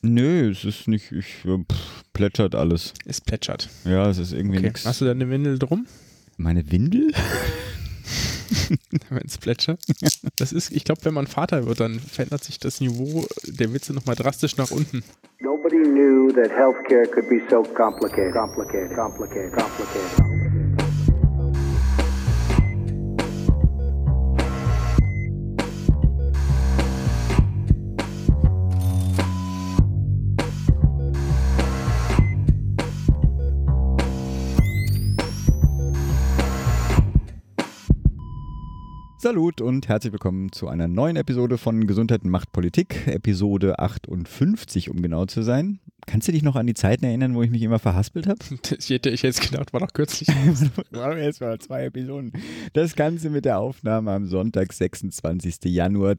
Nö, es ist nicht, plätschert alles. Es plätschert. Ja, es ist irgendwie Okay. nichts. Hast du da eine Windel drum? Meine Windel? Wenn es plätschert? Das ist, ich glaube, wenn man Vater wird, dann verändert sich das Niveau der Witze nochmal drastisch nach unten. Nobody knew that healthcare could be so complicated. Salut und herzlich willkommen zu einer neuen Episode von Gesundheit macht Politik, Episode 58, um genau zu sein. Kannst du dich noch an die Zeiten erinnern, wo ich mich immer verhaspelt habe? Ich hätte jetzt gedacht, war doch kürzlich. War jetzt mal 2 Episoden. Das Ganze mit der Aufnahme am Sonntag, 26. Januar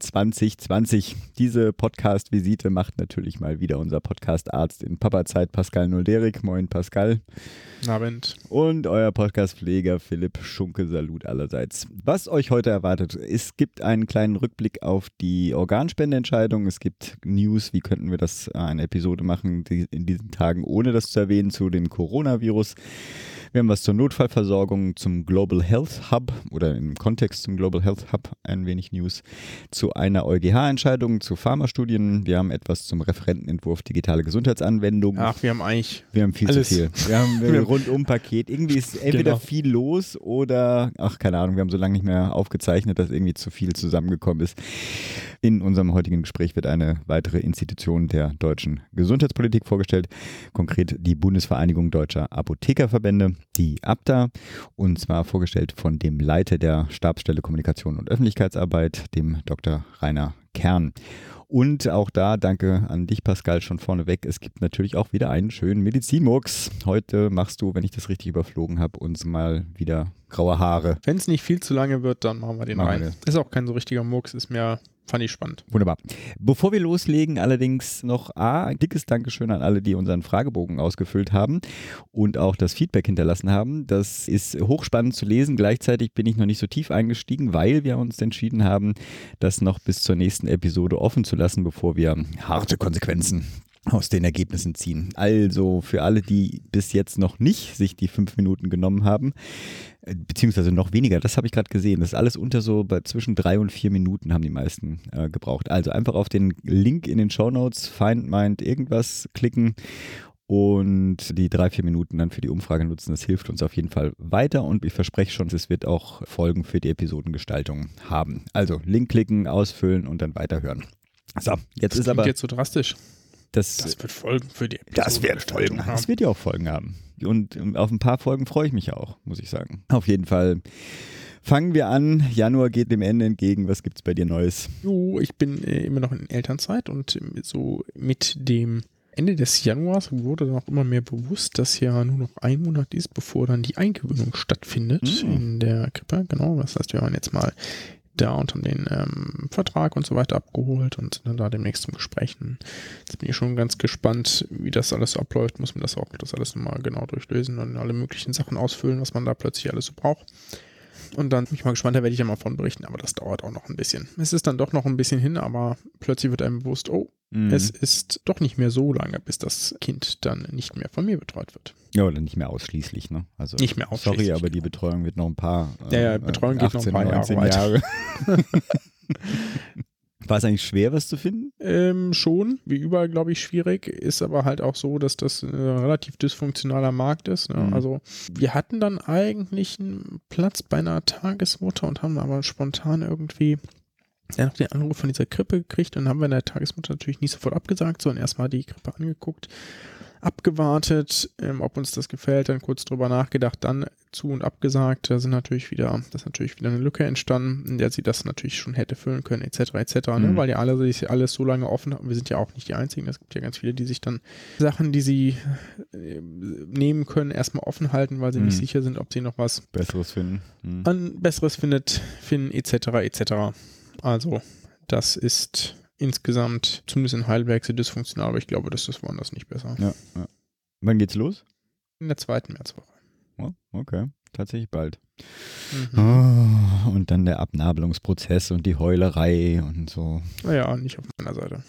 2020. Diese Podcast-Visite macht natürlich mal wieder unser Podcast-Arzt in Papazeit, Pascal Nolderik. Moin Pascal. Abend. Und euer Podcast-Pfleger Philipp Schunke, Salut allerseits. Was euch heute erwartet, es gibt einen kleinen Rückblick auf die Organspendeentscheidung. Es gibt News, wie könnten wir das eine Episode machen in diesen Tagen, ohne das zu erwähnen, zu dem Coronavirus. Wir haben was zur Notfallversorgung, zum Global Health Hub oder im Kontext zum Global Health Hub ein wenig News, zu einer EuGH-Entscheidung, zu Pharmastudien. Wir haben etwas zum Referentenentwurf digitale Gesundheitsanwendungen. Ach, wir haben viel alles. zu viel. Wir haben ein Rundum-Paket. Irgendwie ist entweder viel los oder, keine Ahnung, wir haben so lange nicht mehr aufgezeichnet, dass irgendwie zu viel zusammengekommen ist. In unserem heutigen Gespräch wird eine weitere Institution der deutschen Gesundheitspolitik vorgestellt, konkret die Bundesvereinigung Deutscher Apothekerverbände, die ABDA, und zwar vorgestellt von dem Leiter der Stabsstelle Kommunikation und Öffentlichkeitsarbeit, dem Dr. Rainer Kern. Und auch da, danke an dich, Pascal, schon vorneweg. Es gibt natürlich auch wieder einen schönen Medizinmurks. Heute machst du, wenn ich das richtig überflogen habe, uns mal wieder graue Haare. Wenn es nicht viel zu lange wird, dann machen wir den rein. Ist auch kein so richtiger Murks, fand ich spannend. Wunderbar. Bevor wir loslegen, allerdings noch ein dickes Dankeschön an alle, die unseren Fragebogen ausgefüllt haben und auch das Feedback hinterlassen haben. Das ist hochspannend zu lesen. Gleichzeitig bin ich noch nicht so tief eingestiegen, weil wir uns entschieden haben, das noch bis zur nächsten Episode offen zu lassen, bevor wir harte Konsequenzen aus den Ergebnissen ziehen. Also für alle, die bis jetzt noch nicht sich die 5 Minuten genommen haben, beziehungsweise noch weniger, das habe ich gerade gesehen, das ist alles unter so zwischen 3 und 4 Minuten haben die meisten gebraucht. Also einfach auf den Link in den Shownotes, Find Mind irgendwas klicken und die 3-4 Minuten dann für die Umfrage nutzen. Das hilft uns auf jeden Fall weiter und ich verspreche schon, es wird auch Folgen für die Episodengestaltung haben. Also Link klicken, ausfüllen und dann weiterhören. So, jetzt das ist aber... jetzt so drastisch. Das wird Folgen für die Episode. Das wird Folgen haben. Das wird ja auch Folgen haben. Und auf ein paar Folgen freue ich mich auch, muss ich sagen. Auf jeden Fall fangen wir an. Januar geht dem Ende entgegen. Was gibt es bei dir Neues? Jo, ich bin immer noch in Elternzeit und so mit dem Ende des Januars wurde dann auch immer mehr bewusst, dass ja nur noch ein Monat ist, bevor dann die Eingewöhnung stattfindet in der Krippe. Genau, das heißt, wir waren jetzt mal da und haben den Vertrag und so weiter abgeholt und sind dann da demnächst zum Gesprächen. Jetzt bin ich schon ganz gespannt, wie das alles abläuft. Muss man das alles nochmal genau durchlesen und alle möglichen Sachen ausfüllen, was man da plötzlich alles so braucht. Und dann bin ich mal gespannt, da werde ich ja mal von berichten, aber das dauert auch noch ein bisschen. Es ist dann doch noch ein bisschen hin, aber plötzlich wird einem bewusst, es ist doch nicht mehr so lange, bis das Kind dann nicht mehr von mir betreut wird. Ja, oder nicht mehr ausschließlich, ne? Also, nicht mehr ausschließlich. Sorry, aber die Betreuung wird noch ein paar Betreuung geht 18, noch ein paar 19 Jahre. War es eigentlich schwer, was zu finden? Schon, wie überall, glaube ich, schwierig. Ist aber halt auch so, dass das ein relativ dysfunktionaler Markt ist. Ne? Also wir hatten dann eigentlich einen Platz bei einer Tagesmutter und haben aber spontan irgendwie noch den Anruf von dieser Krippe gekriegt und haben wir in der Tagesmutter natürlich nicht sofort abgesagt, sondern erstmal die Krippe angeguckt, abgewartet, ob uns das gefällt, dann kurz drüber nachgedacht, dann zu und abgesagt. Da ist natürlich wieder eine Lücke entstanden, in der sie das natürlich schon hätte füllen können, etc. Ne? Weil ja alles so lange offen haben. Wir sind ja auch nicht die Einzigen. Es gibt ja ganz viele, die sich dann Sachen, die sie nehmen können, erstmal offen halten, weil sie nicht sicher sind, ob sie noch was Besseres finden. finden, etc. Also, das ist insgesamt, zumindest in Heidelberg, sehr dysfunktional, aber ich glaube, das ist woanders nicht besser. Ja. Wann geht's los? In der 2. Märzwoche. Oh, okay. tatsächlich bald. Mhm. Und dann der Abnabelungsprozess und die Heulerei und so. Naja, nicht auf meiner Seite.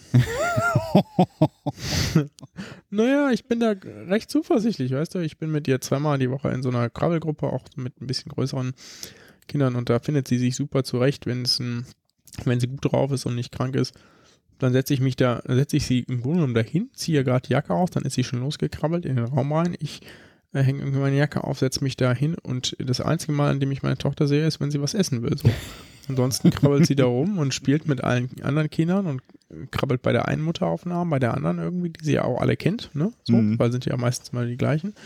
Naja, ich bin da recht zuversichtlich, weißt du. Ich bin mit ihr zweimal die Woche in so einer Krabbelgruppe, auch mit ein bisschen größeren Kindern, und da findet sie sich super zurecht, wenn sie gut drauf ist und nicht krank ist. Dann setze ich sie im Grunde genommen dahin, ziehe ihr gerade die Jacke auf, dann ist sie schon losgekrabbelt in den Raum rein. Ich hänge irgendwie meine Jacke auf, setze mich da hin, und das einzige Mal, an dem ich meine Tochter sehe, ist, wenn sie was essen will. So. Ansonsten krabbelt sie da rum und spielt mit allen anderen Kindern und krabbelt bei der einen Mutter auf den Arm, bei der anderen irgendwie, die sie ja auch alle kennt, ne? So, weil sind ja meistens mal die gleichen.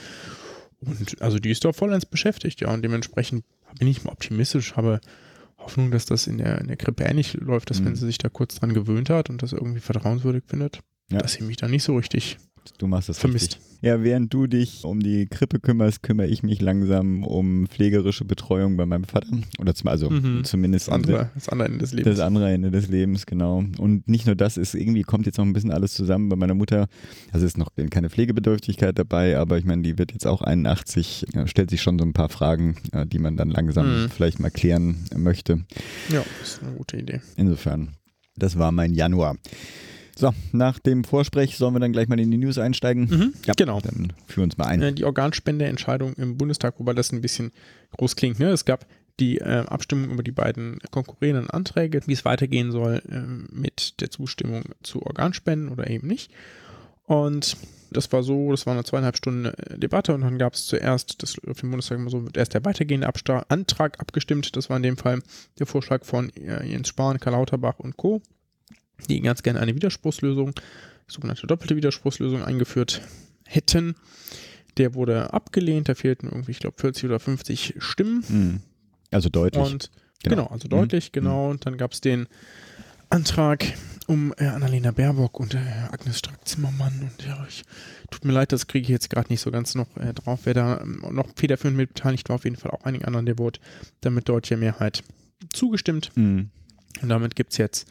Und also die ist doch vollends beschäftigt, ja, und dementsprechend bin ich mal optimistisch, habe Hoffnung, dass das in der Krippe ähnlich läuft, dass wenn sie sich da kurz dran gewöhnt hat und das irgendwie vertrauenswürdig findet, dass sie mich da nicht so richtig Du machst das vermisst. Richtig. Ja, während du dich um die Krippe kümmerst, kümmere ich mich langsam um pflegerische Betreuung bei meinem Vater. Oder zumindest das andere Ende des Lebens. Das andere Ende des Lebens, genau. Und nicht nur das, kommt jetzt noch ein bisschen alles zusammen bei meiner Mutter. Also ist noch keine Pflegebedürftigkeit dabei, aber ich meine, die wird jetzt auch 81, stellt sich schon so ein paar Fragen, die man dann langsam vielleicht mal klären möchte. Ja, das ist eine gute Idee. Insofern, das war mein Januar. So, nach dem Vorsprech sollen wir dann gleich mal in die News einsteigen. Ja, genau. Dann führ uns mal ein. Die Organspendeentscheidung im Bundestag, wobei das ein bisschen groß klingt. Ne? Es gab die Abstimmung über die beiden konkurrierenden Anträge, wie es weitergehen soll mit der Zustimmung zu Organspenden oder eben nicht. Und das war eine 2,5 Stunden Debatte, und dann gab es zuerst, das auf dem Bundestag immer so, wird erst der weitergehende Antrag abgestimmt. Das war in dem Fall der Vorschlag von Jens Spahn, Karl Lauterbach und Co., die ganz gerne eine Widerspruchslösung, sogenannte doppelte Widerspruchslösung, eingeführt hätten. Der wurde abgelehnt, da fehlten irgendwie, ich glaube, 40 oder 50 Stimmen. Also deutlich. Und deutlich, genau. Und dann gab es den Antrag um Annalena Baerbock und Agnes Strack-Zimmermann. Und ja, tut mir leid, das kriege ich jetzt gerade nicht so ganz noch drauf. Wer da noch federführend mit beteiligt war, auf jeden Fall auch einigen anderen, der wurde dann mit deutlicher Mehrheit zugestimmt. Und damit gibt es jetzt,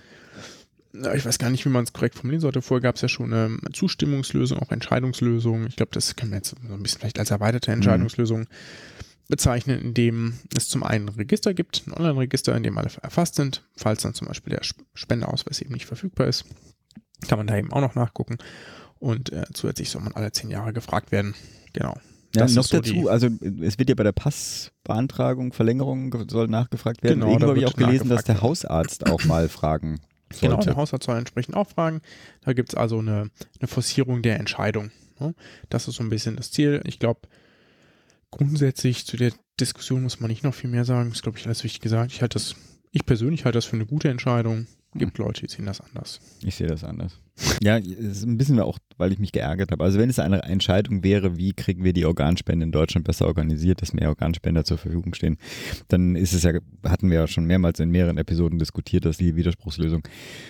ich weiß gar nicht, wie man es korrekt formulieren sollte. Vorher gab es ja schon eine Zustimmungslösung, auch Entscheidungslösung. Ich glaube, das können wir jetzt so ein bisschen vielleicht als erweiterte Entscheidungslösung bezeichnen, in dem es zum einen ein Register gibt, ein Online-Register, in dem alle erfasst sind. Falls dann zum Beispiel der Spendeausweis eben nicht verfügbar ist, kann man da eben auch noch nachgucken. Und zusätzlich soll man alle 10 Jahre gefragt werden. Genau. Ja, das noch ist so dazu, also es wird ja bei der Passbeantragung, Verlängerung soll nachgefragt werden. Genau, Irgendwo da habe ich wird auch gelesen, dass der nachgefragt Hausarzt auch mal fragen sollte. Genau, der Hausarzt soll entsprechend auch fragen. Da gibt es also eine Forcierung der Entscheidung. Ne? Das ist so ein bisschen das Ziel. Ich glaube, grundsätzlich zu der Diskussion muss man nicht noch viel mehr sagen. Das ist, glaube ich, alles wichtig gesagt. Ich persönlich halte das für eine gute Entscheidung. Gibt Leute, die sehen das anders. Ich sehe das anders. Ja, es ist ein bisschen auch, weil ich mich geärgert habe. Also wenn es eine Entscheidung wäre, wie kriegen wir die Organspende in Deutschland besser organisiert, dass mehr Organspender zur Verfügung stehen, dann ist es ja, hatten wir ja schon mehrmals in mehreren Episoden diskutiert, dass die Widerspruchslösung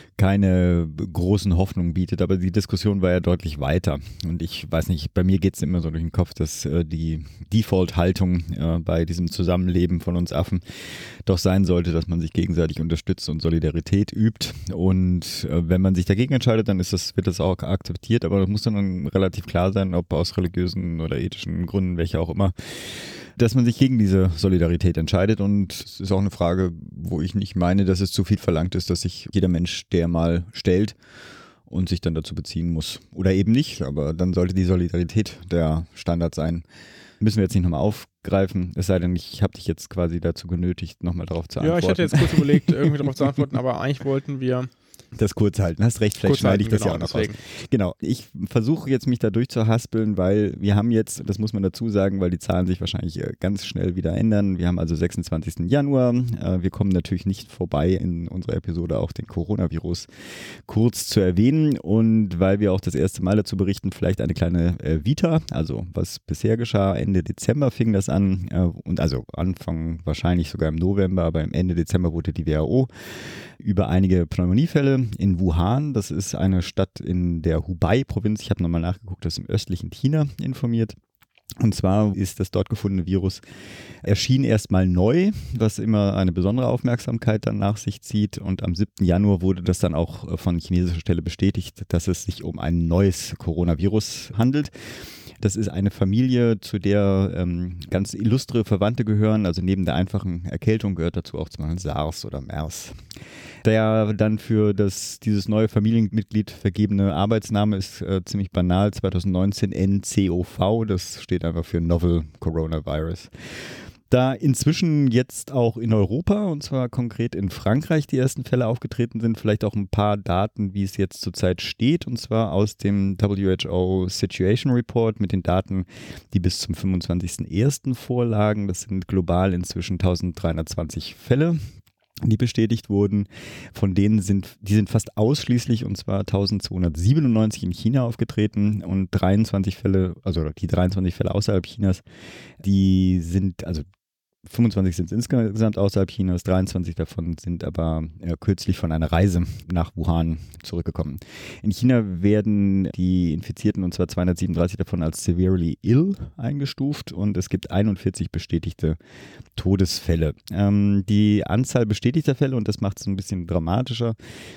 keine großen Hoffnungen bietet, aber die Diskussion war ja deutlich weiter. Und ich weiß nicht, bei mir geht es immer so durch den Kopf, dass die Default-Haltung bei diesem Zusammenleben von uns Affen doch sein sollte, dass man sich gegenseitig unterstützt und Solidarität übt. Und wenn man sich dagegen entscheidet, dann wird das auch akzeptiert, aber das muss dann relativ klar sein, ob aus religiösen oder ethischen Gründen, welche auch immer, dass man sich gegen diese Solidarität entscheidet. Und es ist auch eine Frage, wo ich nicht meine, dass es zu viel verlangt ist, dass sich jeder Mensch der mal stellt und sich dann dazu beziehen muss. Oder eben nicht, aber dann sollte die Solidarität der Standard sein. Müssen wir jetzt nicht nochmal aufgreifen, es sei denn, ich habe dich jetzt quasi dazu genötigt, nochmal darauf zu antworten. Ja, ich hatte jetzt kurz überlegt, irgendwie darauf zu antworten, aber eigentlich wollten wir das kurz halten. Hast recht, vielleicht schneide ich das ja auch noch raus. Genau, ich versuche jetzt mich da durchzuhaspeln, weil wir haben jetzt, das muss man dazu sagen, weil die Zahlen sich wahrscheinlich ganz schnell wieder ändern. Wir haben also 26. Januar. Wir kommen natürlich nicht vorbei, in unserer Episode auch den Coronavirus kurz zu erwähnen. Und weil wir auch das erste Mal dazu berichten, vielleicht eine kleine Vita, also was bisher geschah. Ende Dezember fing das an und also Anfang wahrscheinlich sogar im November, aber im Ende Dezember wurde die WHO über einige Pneumoniefälle in Wuhan, das ist eine Stadt in der Hubei-Provinz, ich habe nochmal nachgeguckt, das ist im östlichen China, informiert. Und zwar ist das dort gefundene Virus erschien erstmal neu, was immer eine besondere Aufmerksamkeit dann nach sich zieht. Und am 7. Januar wurde das dann auch von chinesischer Stelle bestätigt, dass es sich um ein neues Coronavirus handelt. Das ist eine Familie, zu der ganz illustre Verwandte gehören. Also neben der einfachen Erkältung gehört dazu auch zum Beispiel SARS oder MERS. Der dann für dieses neue Familienmitglied vergebene Arbeitsname ist ziemlich banal, 2019 NCOV, das steht einfach für Novel Coronavirus. Da inzwischen jetzt auch in Europa, und zwar konkret in Frankreich, die ersten Fälle aufgetreten sind, vielleicht auch ein paar Daten, wie es jetzt zurzeit steht, und zwar aus dem WHO Situation Report mit den Daten, die bis zum 25.01. vorlagen. Das sind global inzwischen 1320 Fälle, die bestätigt wurden. Von denen sind fast ausschließlich, und zwar 1297 in China aufgetreten, und 23 Fälle, also die 23 Fälle außerhalb Chinas, die sind, also 25 sind es insgesamt außerhalb Chinas, 23 davon sind aber kürzlich von einer Reise nach Wuhan zurückgekommen. In China werden die Infizierten, und zwar 237 davon, als severely ill eingestuft, und es gibt 41 bestätigte Todesfälle. Die Anzahl bestätigter Fälle, und das macht es ein bisschen dramatischer,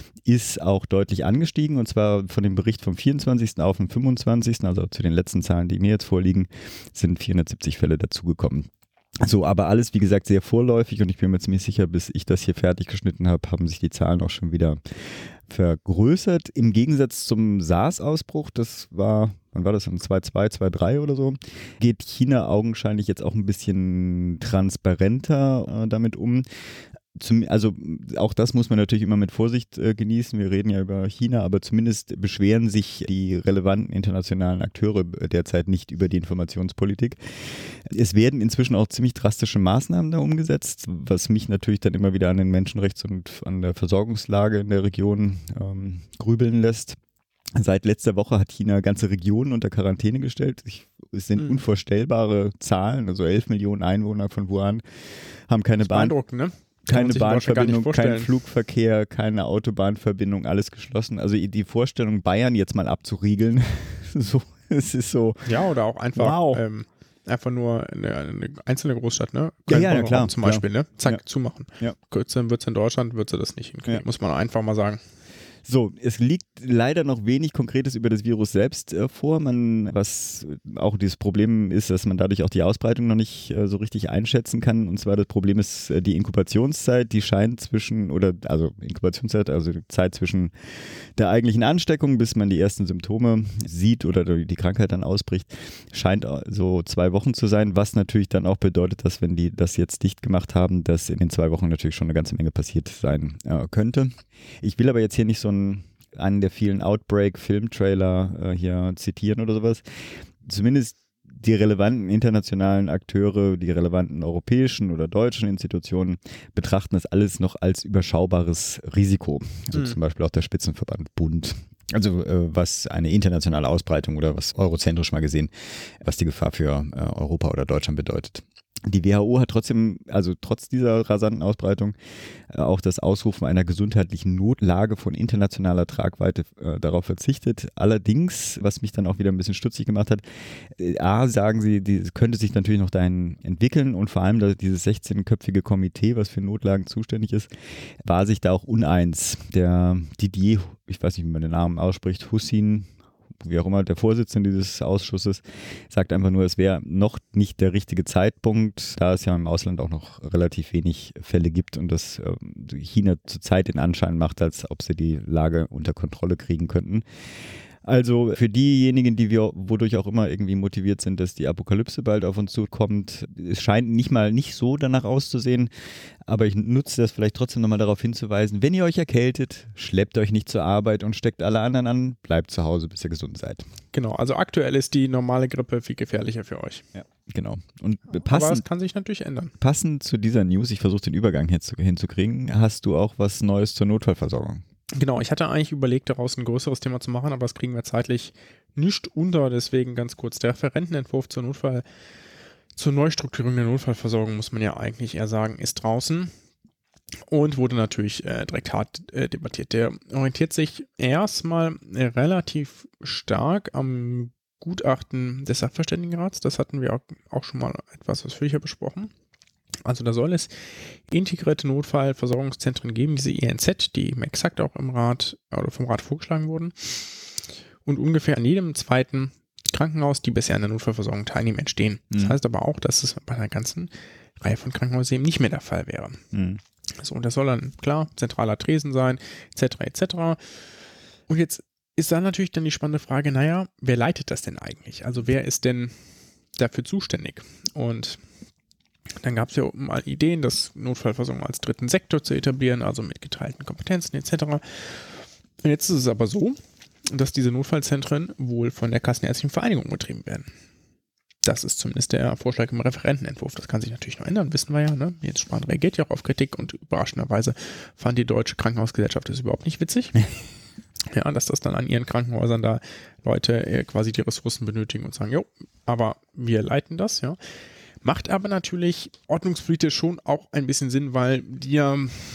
ist auch deutlich angestiegen, und zwar von dem Bericht vom 24. auf den 25., also zu den letzten Zahlen, die mir jetzt vorliegen, sind 470 Fälle dazugekommen. So, aber alles, wie gesagt, sehr vorläufig, und ich bin mir ziemlich sicher, bis ich das hier fertig geschnitten habe, haben sich die Zahlen auch schon wieder vergrößert. Im Gegensatz zum SARS-Ausbruch, das war, wann war das, 2.2, 2.3 oder so, geht China augenscheinlich jetzt auch ein bisschen transparenter damit um. Also auch das muss man natürlich immer mit Vorsicht genießen. Wir reden ja über China, aber zumindest beschweren sich die relevanten internationalen Akteure derzeit nicht über die Informationspolitik. Es werden inzwischen auch ziemlich drastische Maßnahmen da umgesetzt, was mich natürlich dann immer wieder an den Menschenrechts- und an der Versorgungslage in der Region grübeln lässt. Seit letzter Woche hat China ganze Regionen unter Quarantäne gestellt. Es sind unvorstellbare Zahlen, also 11 Millionen Einwohner von Wuhan haben keine Beeindruckend, ne? Keine Bahnverbindung, kein Flugverkehr, keine Autobahnverbindung, alles geschlossen. Also die Vorstellung, Bayern jetzt mal abzuriegeln, so, es ist so. Ja, oder auch einfach, einfach nur eine einzelne Großstadt, ne? Ja, klar. Zum Beispiel, ne? Zack, zumachen. Ja. Kürzer wird es in Deutschland, wird sie das nicht hinkriegen, muss man einfach mal sagen. So, es liegt leider noch wenig Konkretes über das Virus selbst vor. Was auch dieses Problem ist, dass man dadurch auch die Ausbreitung noch nicht so richtig einschätzen kann. Und zwar das Problem ist die Inkubationszeit, die scheint Inkubationszeit, also die Zeit zwischen der eigentlichen Ansteckung, bis man die ersten Symptome sieht oder die Krankheit dann ausbricht, scheint so 2 Wochen zu sein, was natürlich dann auch bedeutet, dass wenn die das jetzt dicht gemacht haben, dass in den 2 Wochen natürlich schon eine ganze Menge passiert sein könnte. Ich will aber jetzt hier nicht so einen der vielen Outbreak-Filmtrailer hier zitieren oder sowas. Zumindest die relevanten internationalen Akteure, die relevanten europäischen oder deutschen Institutionen betrachten das alles noch als überschaubares Risiko. Also zum Beispiel auch der Spitzenverband Bund. Also was eine internationale Ausbreitung oder was eurozentrisch mal gesehen, was die Gefahr für Europa oder Deutschland bedeutet. Die WHO hat trotzdem, also trotz dieser rasanten Ausbreitung, auch das Ausrufen einer gesundheitlichen Notlage von internationaler Tragweite darauf verzichtet. Allerdings, was mich dann auch wieder ein bisschen stutzig gemacht hat, sagen sie, könnte sich natürlich noch dahin entwickeln, und vor allem dieses 16-köpfige Komitee, was für Notlagen zuständig ist, war sich da auch uneins. Der Didier, ich weiß nicht, wie man den Namen ausspricht, Hussein, wie auch immer, der Vorsitzende dieses Ausschusses, sagt einfach nur, es wäre noch nicht der richtige Zeitpunkt, da es ja im Ausland auch noch relativ wenig Fälle gibt und dass China zurzeit den Anschein macht, als ob sie die Lage unter Kontrolle kriegen könnten. Also für diejenigen, die wir wodurch auch immer irgendwie motiviert sind, dass die Apokalypse bald auf uns zukommt, es scheint nicht so danach auszusehen, aber ich nutze das vielleicht trotzdem nochmal darauf hinzuweisen, wenn ihr euch erkältet, schleppt euch nicht zur Arbeit und steckt alle anderen an, bleibt zu Hause, bis ihr gesund seid. Genau, also aktuell ist die normale Grippe viel gefährlicher für euch. Ja, genau. Und aber es kann sich natürlich ändern. Passend zu dieser News, ich versuche den Übergang hinzukriegen, hast du auch was Neues zur Notfallversorgung? Genau, ich hatte eigentlich überlegt, daraus ein größeres Thema zu machen, aber das kriegen wir zeitlich nicht unter, deswegen ganz kurz. Der Referentenentwurf zur Neustrukturierung der Notfallversorgung, muss man ja eigentlich eher sagen, ist draußen und wurde natürlich direkt hart debattiert. Der orientiert sich erstmal relativ stark am Gutachten des Sachverständigenrats, das hatten wir auch schon mal etwas ausführlicher besprochen. Also da soll es integrierte Notfallversorgungszentren geben, diese INZ, die im Exakt auch im Rat oder vom Rat vorgeschlagen wurden. Und ungefähr an jedem zweiten Krankenhaus, die bisher an der Notfallversorgung teilnehmen, entstehen. Das heißt aber auch, dass es bei einer ganzen Reihe von Krankenhäusern eben nicht mehr der Fall wäre. So, und das soll dann, klar, zentraler Tresen sein, etc. Und jetzt ist da natürlich dann die spannende Frage, naja, wer leitet das denn eigentlich? Also wer ist denn dafür zuständig? Und dann gab es ja mal Ideen, das Notfallversorgung als dritten Sektor zu etablieren, also mit geteilten Kompetenzen etc. Und jetzt ist es aber so, dass diese Notfallzentren wohl von der Kassenärztlichen Vereinigung betrieben werden. Das ist zumindest der Vorschlag im Referentenentwurf. Das kann sich natürlich noch ändern, wissen wir ja. Ne? Jens Spahn reagiert ja auch auf Kritik und überraschenderweise fand die Deutsche Krankenhausgesellschaft das überhaupt nicht witzig. Ja, dass das dann an ihren Krankenhäusern da Leute quasi die Ressourcen benötigen und sagen, jo, aber wir leiten das, ja. Macht aber natürlich ordnungspolitisch schon auch ein bisschen Sinn, weil die ja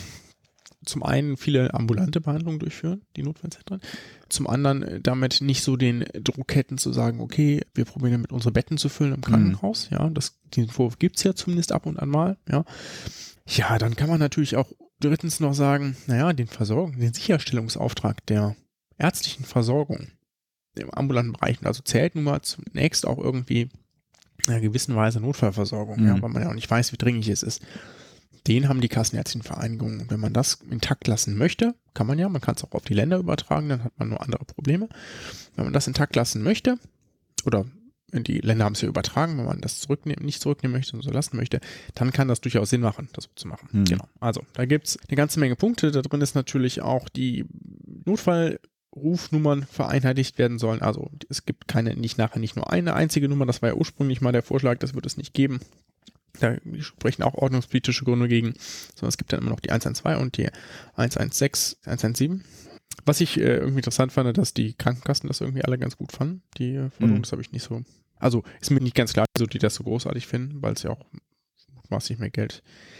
zum einen viele ambulante Behandlungen durchführen, die Notfallzentren, zum anderen damit nicht so den Druck hätten zu sagen, okay, wir probieren damit unsere Betten zu füllen im Krankenhaus, ja, diesen Vorwurf gibt es ja zumindest ab und an mal, ja. Ja, dann kann man natürlich auch drittens noch sagen, naja, den Sicherstellungsauftrag der ärztlichen Versorgung im ambulanten Bereich, also zählt nun mal zunächst auch irgendwie in einer gewissen Weise Notfallversorgung, ja, weil man ja auch nicht weiß, wie dringlich es ist. Den haben die Kassenärztlichen Vereinigungen. Und wenn man das intakt lassen möchte, kann man es auch auf die Länder übertragen, dann hat man nur andere Probleme. Wenn man das intakt lassen möchte, oder die Länder haben es ja übertragen, wenn man das nicht zurücknehmen möchte und so lassen möchte, dann kann das durchaus Sinn machen, das so zu machen. Genau. Also, da gibt es eine ganze Menge Punkte. Da drin ist natürlich auch die Notfallrufnummern vereinheitlicht werden sollen. Also, es gibt nicht nur eine einzige Nummer. Das war ja ursprünglich mal der Vorschlag, das wird es nicht geben. Da sprechen auch ordnungspolitische Gründe gegen, sondern es gibt dann immer noch die 112 und die 116, 117. Was ich irgendwie interessant fand, dass die Krankenkassen das irgendwie alle ganz gut fanden. Die Forderung, das habe ich nicht so. Also ist mir nicht ganz klar, wieso die das so großartig finden, weil es ja auch maßlich mehr Geld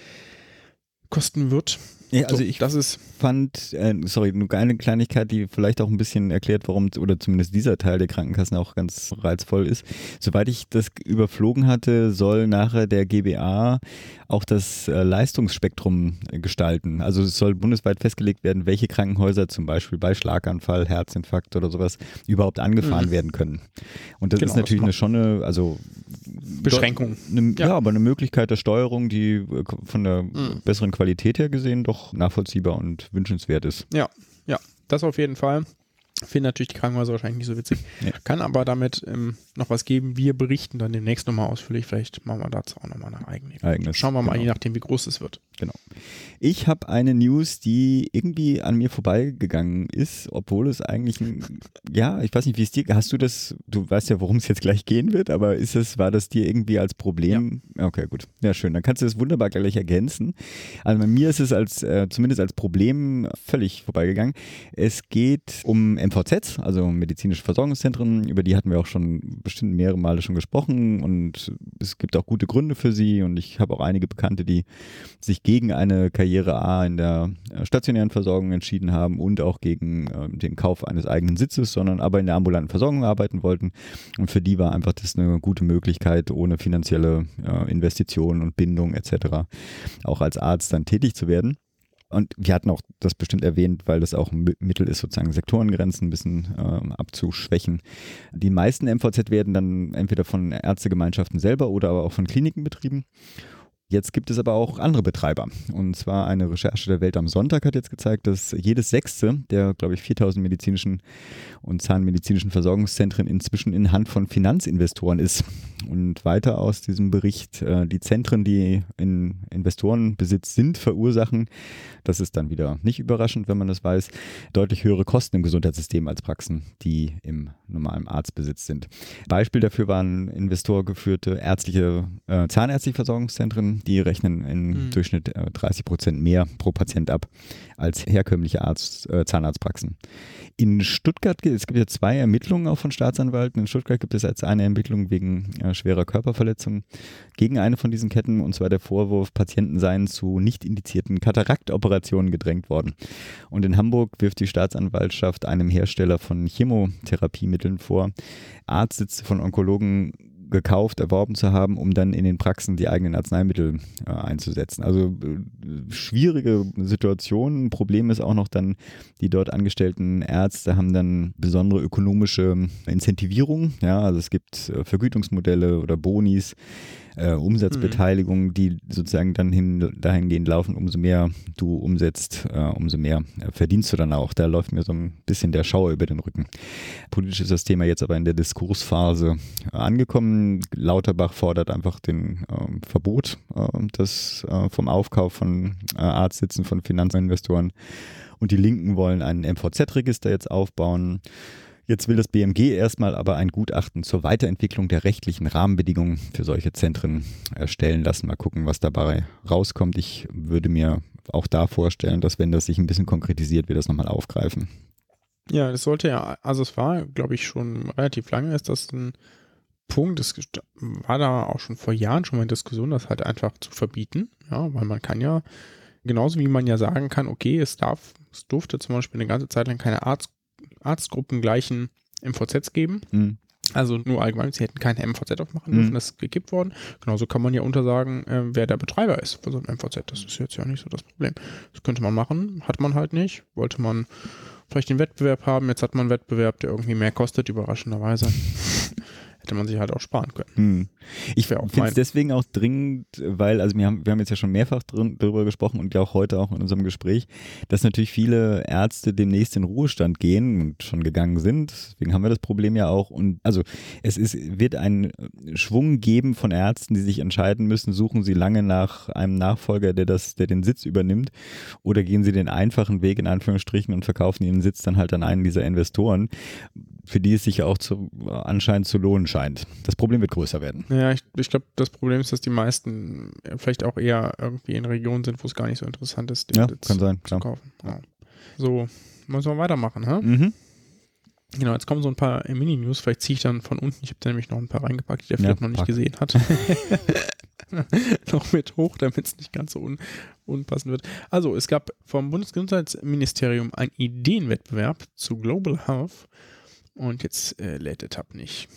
kosten wird. Ja, also ich fand, nur eine Kleinigkeit, die vielleicht auch ein bisschen erklärt, warum, oder zumindest dieser Teil der Krankenkassen auch ganz reizvoll ist. Soweit ich das überflogen hatte, soll nachher der GBA auch das Leistungsspektrum gestalten. Also es soll bundesweit festgelegt werden, welche Krankenhäuser zum Beispiel bei Schlaganfall, Herzinfarkt oder sowas überhaupt angefahren werden können. Und das ist natürlich eine Beschränkung. Aber eine Möglichkeit der Steuerung, die von der besseren Qualität her gesehen doch nachvollziehbar und wünschenswert ist. Ja, das auf jeden Fall. Finden natürlich die Krankenhäuser wahrscheinlich nicht so witzig. Nee. Kann aber damit noch was geben. Wir berichten dann demnächst nochmal ausführlich. Vielleicht machen wir dazu auch nochmal eine eigene. Schauen wir mal, je nachdem, wie groß es wird. Genau. Ich habe eine News, die irgendwie an mir vorbeigegangen ist, obwohl es eigentlich ich weiß nicht, wie es dir, hast du das, du weißt ja, worum es jetzt gleich gehen wird, aber war das dir irgendwie als Problem? Ja. Okay, gut. Ja, schön. Dann kannst du das wunderbar gleich ergänzen. Also bei mir ist es zumindest als Problem völlig vorbeigegangen. Es geht um MVZs, also medizinische Versorgungszentren, über die hatten wir auch schon bestimmt mehrere Male schon gesprochen und es gibt auch gute Gründe für sie und ich habe auch einige Bekannte, die sich gegen eine Karriere A in der stationären Versorgung entschieden haben und auch gegen den Kauf eines eigenen Sitzes, sondern aber in der ambulanten Versorgung arbeiten wollten und für die war einfach das eine gute Möglichkeit, ohne finanzielle Investitionen und Bindung etc. auch als Arzt dann tätig zu werden. Und wir hatten auch das bestimmt erwähnt, weil das auch ein Mittel ist, sozusagen Sektorengrenzen ein bisschen abzuschwächen. Die meisten MVZ werden dann entweder von Ärztegemeinschaften selber oder aber auch von Kliniken betrieben. Jetzt gibt es aber auch andere Betreiber. Und zwar eine Recherche der Welt am Sonntag hat jetzt gezeigt, dass jedes 6. der, glaube ich, 4000 medizinischen und zahnmedizinischen Versorgungszentren inzwischen in Hand von Finanzinvestoren ist. Und weiter aus diesem Bericht, die Zentren, die in Investorenbesitz sind, verursachen, das ist dann wieder nicht überraschend, wenn man das weiß, deutlich höhere Kosten im Gesundheitssystem als Praxen, die im normalen Arztbesitz sind. Beispiel dafür waren investorgeführte zahnärztliche Versorgungszentren, die rechnen im Durchschnitt 30% mehr pro Patient ab als herkömmliche Zahnarztpraxen. In Stuttgart, es gibt ja 2 Ermittlungen auch von Staatsanwälten. In Stuttgart gibt es jetzt eine Ermittlung wegen schwerer Körperverletzung gegen eine von diesen Ketten, und zwar der Vorwurf, Patienten seien zu nicht indizierten Kataraktoperationen gedrängt worden. Und in Hamburg wirft die Staatsanwaltschaft einem Hersteller von Chemotherapiemitteln vor, Arztsitze von Onkologen gekauft, erworben zu haben, um dann in den Praxen die eigenen Arzneimittel einzusetzen. Also schwierige Situation. Problem ist auch noch dann, die dort angestellten Ärzte haben dann besondere ökonomische Incentivierung. Ja, also es gibt Vergütungsmodelle oder Bonis, Umsatzbeteiligung, die sozusagen dann dahingehend laufen, umso mehr du umsetzt, umso mehr verdienst du dann auch. Da läuft mir so ein bisschen der Schauer über den Rücken. Politisch ist das Thema jetzt aber in der Diskursphase angekommen. Lauterbach fordert einfach den Verbot vom Aufkauf von Arztsitzen von Finanzinvestoren, und die Linken wollen ein MVZ-Register jetzt aufbauen. Jetzt will das BMG erstmal aber ein Gutachten zur Weiterentwicklung der rechtlichen Rahmenbedingungen für solche Zentren erstellen lassen. Mal gucken, was dabei rauskommt. Ich würde mir auch da vorstellen, dass, wenn das sich ein bisschen konkretisiert, wir das nochmal aufgreifen. Ja, das sollte ja, also es war, glaube ich, schon relativ lange ist das ein Punkt, das war da auch schon vor Jahren schon mal in Diskussion, das halt einfach zu verbieten, ja, weil man kann ja, genauso wie man ja sagen kann, okay, es durfte zum Beispiel eine ganze Zeit lang keine Arztgruppengleichen MVZs geben. Mhm. Also nur allgemein, sie hätten keine MVZ aufmachen dürfen, das ist gekippt worden. Genauso kann man ja untersagen, wer der Betreiber ist für so ein MVZ. Das ist jetzt ja nicht so das Problem. Das könnte man machen, hat man halt nicht. Wollte man vielleicht den Wettbewerb haben, jetzt hat man einen Wettbewerb, der irgendwie mehr kostet, überraschenderweise. Hätte man sich halt auch sparen können. Ich finde es deswegen auch dringend, weil, also wir haben jetzt ja schon mehrfach darüber gesprochen und ja auch heute auch in unserem Gespräch, dass natürlich viele Ärzte demnächst in Ruhestand gehen und schon gegangen sind. Deswegen haben wir das Problem ja auch. Und also wird einen Schwung geben von Ärzten, die sich entscheiden müssen, suchen sie lange nach einem Nachfolger, der den Sitz übernimmt, oder gehen sie den einfachen Weg in Anführungsstrichen und verkaufen ihren Sitz dann halt an einen dieser Investoren, für die es sich ja auch anscheinend zu lohnen scheint. Das Problem wird größer werden. Ja, ich glaube, das Problem ist, dass die meisten vielleicht auch eher irgendwie in Regionen sind, wo es gar nicht so interessant ist, den Sitz zu kaufen. Ja. So, müssen wir weitermachen, ha? Mhm. Genau, jetzt kommen so ein paar Mini-News, vielleicht ziehe ich dann von unten, ich habe da nämlich noch ein paar reingepackt, die der Philipp noch nicht gesehen hat. Noch mit hoch, damit es nicht ganz so unpassend wird. Also, es gab vom Bundesgesundheitsministerium einen Ideenwettbewerb zu Global Health. Und jetzt lädt der Tab nicht.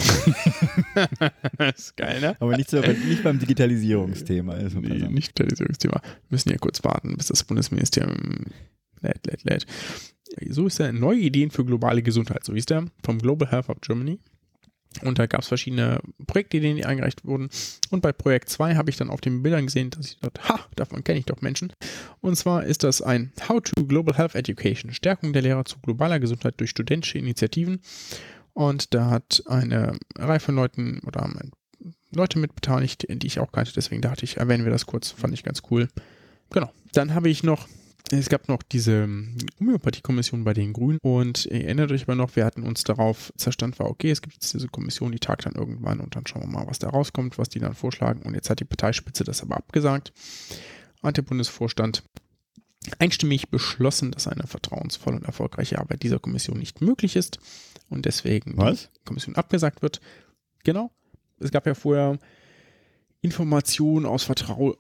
Das ist geil, ne? Aber nicht beim Digitalisierungsthema. Also nicht Digitalisierungsthema. Wir müssen ja kurz warten, bis das Bundesministerium lädt. So ist der neue Ideen für globale Gesundheit. So hieß der vom Global Health of Germany. Und da gab es verschiedene Projektideen, die eingereicht wurden. Und bei Projekt 2 habe ich dann auf den Bildern gesehen, dass ich dachte, davon kenne ich doch Menschen. Und zwar ist das ein How to Global Health Education, Stärkung der Lehrer zu globaler Gesundheit durch studentische Initiativen. Und da hat eine Reihe von Leuten oder Leute mit beteiligt, die ich auch kannte. Deswegen dachte ich, erwähnen wir das kurz. Fand ich ganz cool. Genau. Dann habe ich es gab noch diese Homöopathie-Kommission bei den Grünen und ihr erinnert euch aber noch, wir hatten uns darauf zerstand, war okay, es gibt jetzt diese Kommission, die tagt dann irgendwann und dann schauen wir mal, was da rauskommt, was die dann vorschlagen, und jetzt hat die Parteispitze das aber abgesagt und der Bundesvorstand einstimmig beschlossen, dass eine vertrauensvolle und erfolgreiche Arbeit dieser Kommission nicht möglich ist und deswegen die Kommission abgesagt wird. Genau, es gab ja vorher Informationen aus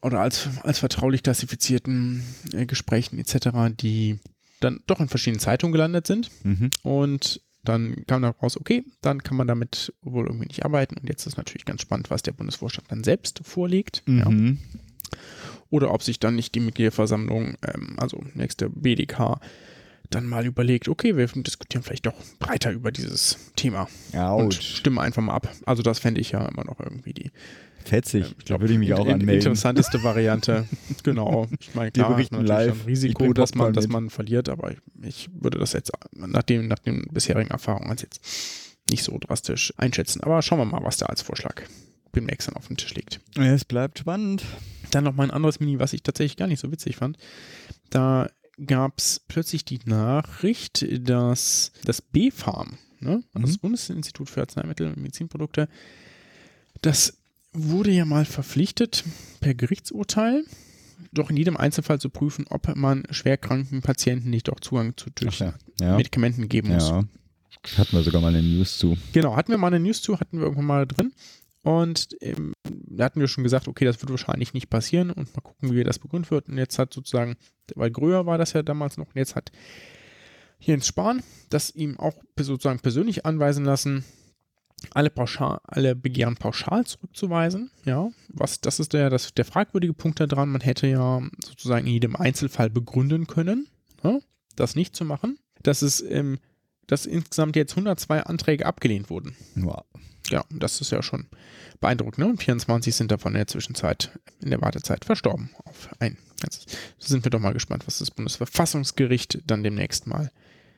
als vertraulich klassifizierten Gesprächen etc., die dann doch in verschiedenen Zeitungen gelandet sind. Und dann kam da raus, okay, dann kann man damit wohl irgendwie nicht arbeiten. Und jetzt ist natürlich ganz spannend, was der Bundesvorstand dann selbst vorlegt. Ja. Oder ob sich dann nicht die Mitgliederversammlung, also nächste BDK, dann mal überlegt, okay, wir diskutieren vielleicht doch breiter über dieses Thema. Und stimmen einfach mal ab. Also das fände ich ja immer noch irgendwie die fetzig, ich glaube, würde ich mich auch anmelden. Interessanteste Variante, genau. Ich meine, klar, natürlich ein Risiko, dass man verliert, aber ich würde das jetzt nach den bisherigen Erfahrungen jetzt nicht so drastisch einschätzen. Aber schauen wir mal, was da als Vorschlag demnächst dann auf dem Tisch liegt. Es bleibt spannend. Dann noch mal ein anderes Mini, was ich tatsächlich gar nicht so witzig fand. Da gab es plötzlich die Nachricht, dass das BfArM, also das Bundesinstitut für Arzneimittel und Medizinprodukte, das wurde ja mal verpflichtet, per Gerichtsurteil doch in jedem Einzelfall zu prüfen, ob man schwerkranken Patienten nicht auch Zugang zu Medikamenten geben muss. Ja, hatten wir sogar mal eine News zu. Genau, hatten wir irgendwann mal drin. Und da hatten wir schon gesagt, okay, das wird wahrscheinlich nicht passieren und mal gucken, wie das begründet wird. Und jetzt hat sozusagen, weil Gröher war das ja damals noch, und jetzt hat Jens Spahn das ihm auch sozusagen persönlich anweisen lassen, alle Begehren pauschal zurückzuweisen. Ja, das ist der fragwürdige Punkt daran. Man hätte ja sozusagen in jedem Einzelfall begründen können, ja, das nicht zu machen. Dass insgesamt jetzt 102 Anträge abgelehnt wurden. Wow. Ja, das ist ja schon beeindruckend. Ne? Und 24 sind davon in der Zwischenzeit, in der Wartezeit verstorben. Sind wir doch mal gespannt, was das Bundesverfassungsgericht dann demnächst mal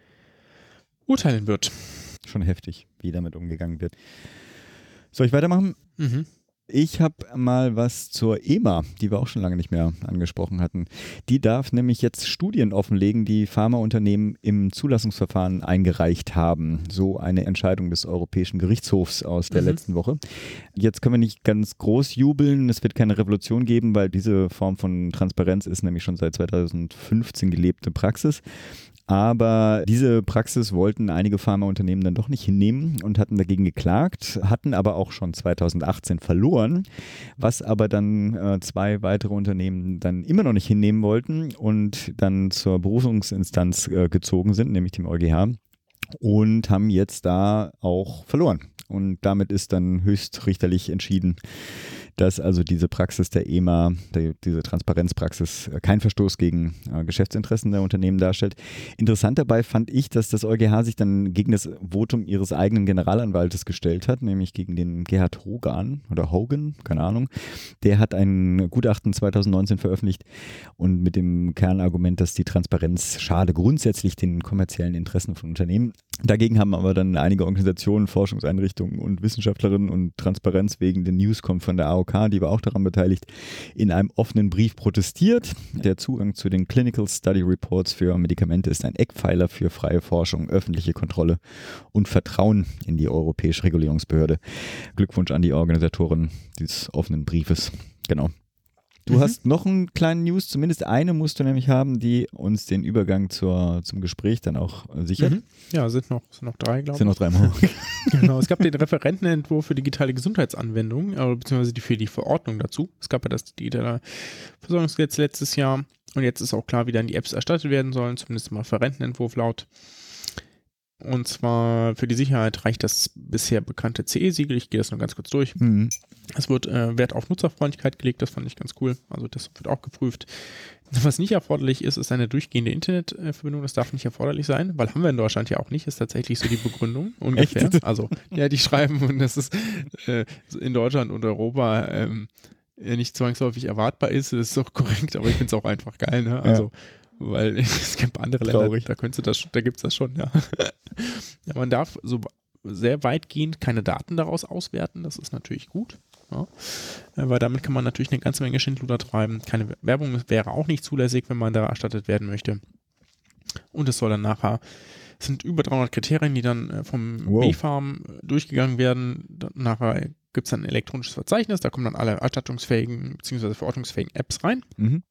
urteilen wird. Schon heftig, wie damit umgegangen wird. Soll ich weitermachen? Mhm. Ich habe mal was zur EMA, die wir auch schon lange nicht mehr angesprochen hatten. Die darf nämlich jetzt Studien offenlegen, die Pharmaunternehmen im Zulassungsverfahren eingereicht haben. So eine Entscheidung des Europäischen Gerichtshofs aus der letzten Woche. Jetzt können wir nicht ganz groß jubeln. Es wird keine Revolution geben, weil diese Form von Transparenz ist nämlich schon seit 2015 gelebte Praxis. Aber diese Praxis wollten einige Pharmaunternehmen dann doch nicht hinnehmen und hatten dagegen geklagt, hatten aber auch schon 2018 verloren, was aber dann 2 weitere Unternehmen dann immer noch nicht hinnehmen wollten und dann zur Berufungsinstanz gezogen sind, nämlich dem EuGH, und haben jetzt da auch verloren. Und damit ist dann höchstrichterlich entschieden, dass also diese Praxis der EMA, diese Transparenzpraxis, kein Verstoß gegen Geschäftsinteressen der Unternehmen darstellt. Interessant dabei fand ich, dass das EuGH sich dann gegen das Votum ihres eigenen Generalanwaltes gestellt hat, nämlich gegen den Gerhard Hogan oder Hogan, keine Ahnung. Der hat ein Gutachten 2019 veröffentlicht und mit dem Kernargument, dass die Transparenz schade grundsätzlich den kommerziellen Interessen von Unternehmen. Dagegen haben aber dann einige Organisationen, Forschungseinrichtungen und Wissenschaftlerinnen und Transparenz wegen der Newscom von der AOK, die war auch daran beteiligt, in einem offenen Brief protestiert. Der Zugang zu den Clinical Study Reports für Medikamente ist ein Eckpfeiler für freie Forschung, öffentliche Kontrolle und Vertrauen in die europäische Regulierungsbehörde. Glückwunsch an die Organisatoren dieses offenen Briefes. Genau. Du hast noch einen kleinen News, zumindest eine musst du nämlich haben, die uns den Übergang zum Gespräch dann auch sichert. Ja, sind noch 3, glaube ich. Sind noch 3 Mal. Genau, es gab den Referentenentwurf für digitale Gesundheitsanwendungen, beziehungsweise für die Verordnung dazu. Es gab ja das digitale Versorgungsgesetz letztes Jahr und jetzt ist auch klar, wie dann die Apps erstattet werden sollen, zumindest im Referentenentwurf laut. Und zwar für die Sicherheit reicht das bisher bekannte CE-Siegel. Ich gehe das nur ganz kurz durch. Es wird Wert auf Nutzerfreundlichkeit gelegt, das fand ich ganz cool. Also das wird auch geprüft. Was nicht erforderlich ist, ist eine durchgehende Internetverbindung. Das darf nicht erforderlich sein, weil haben wir in Deutschland ja auch nicht. Ist tatsächlich so die Begründung ungefähr. Echt? Also ja, die schreiben, und das ist in Deutschland und Europa nicht zwangsläufig erwartbar ist. Das ist doch korrekt, aber ich finde es auch einfach geil. Ne? Also weil es gibt andere Länder, da gibt es das schon, ja. Ja, man darf so sehr weitgehend keine Daten daraus auswerten, das ist natürlich gut, ja. Weil damit kann man natürlich eine ganze Menge Schindluder treiben. Keine Werbung wäre auch nicht zulässig, wenn man da erstattet werden möchte. Und es soll dann es sind über 300 Kriterien, die dann vom BfArM durchgegangen werden. Nachher gibt es dann ein elektronisches Verzeichnis, da kommen dann alle erstattungsfähigen bzw. verordnungsfähigen Apps rein.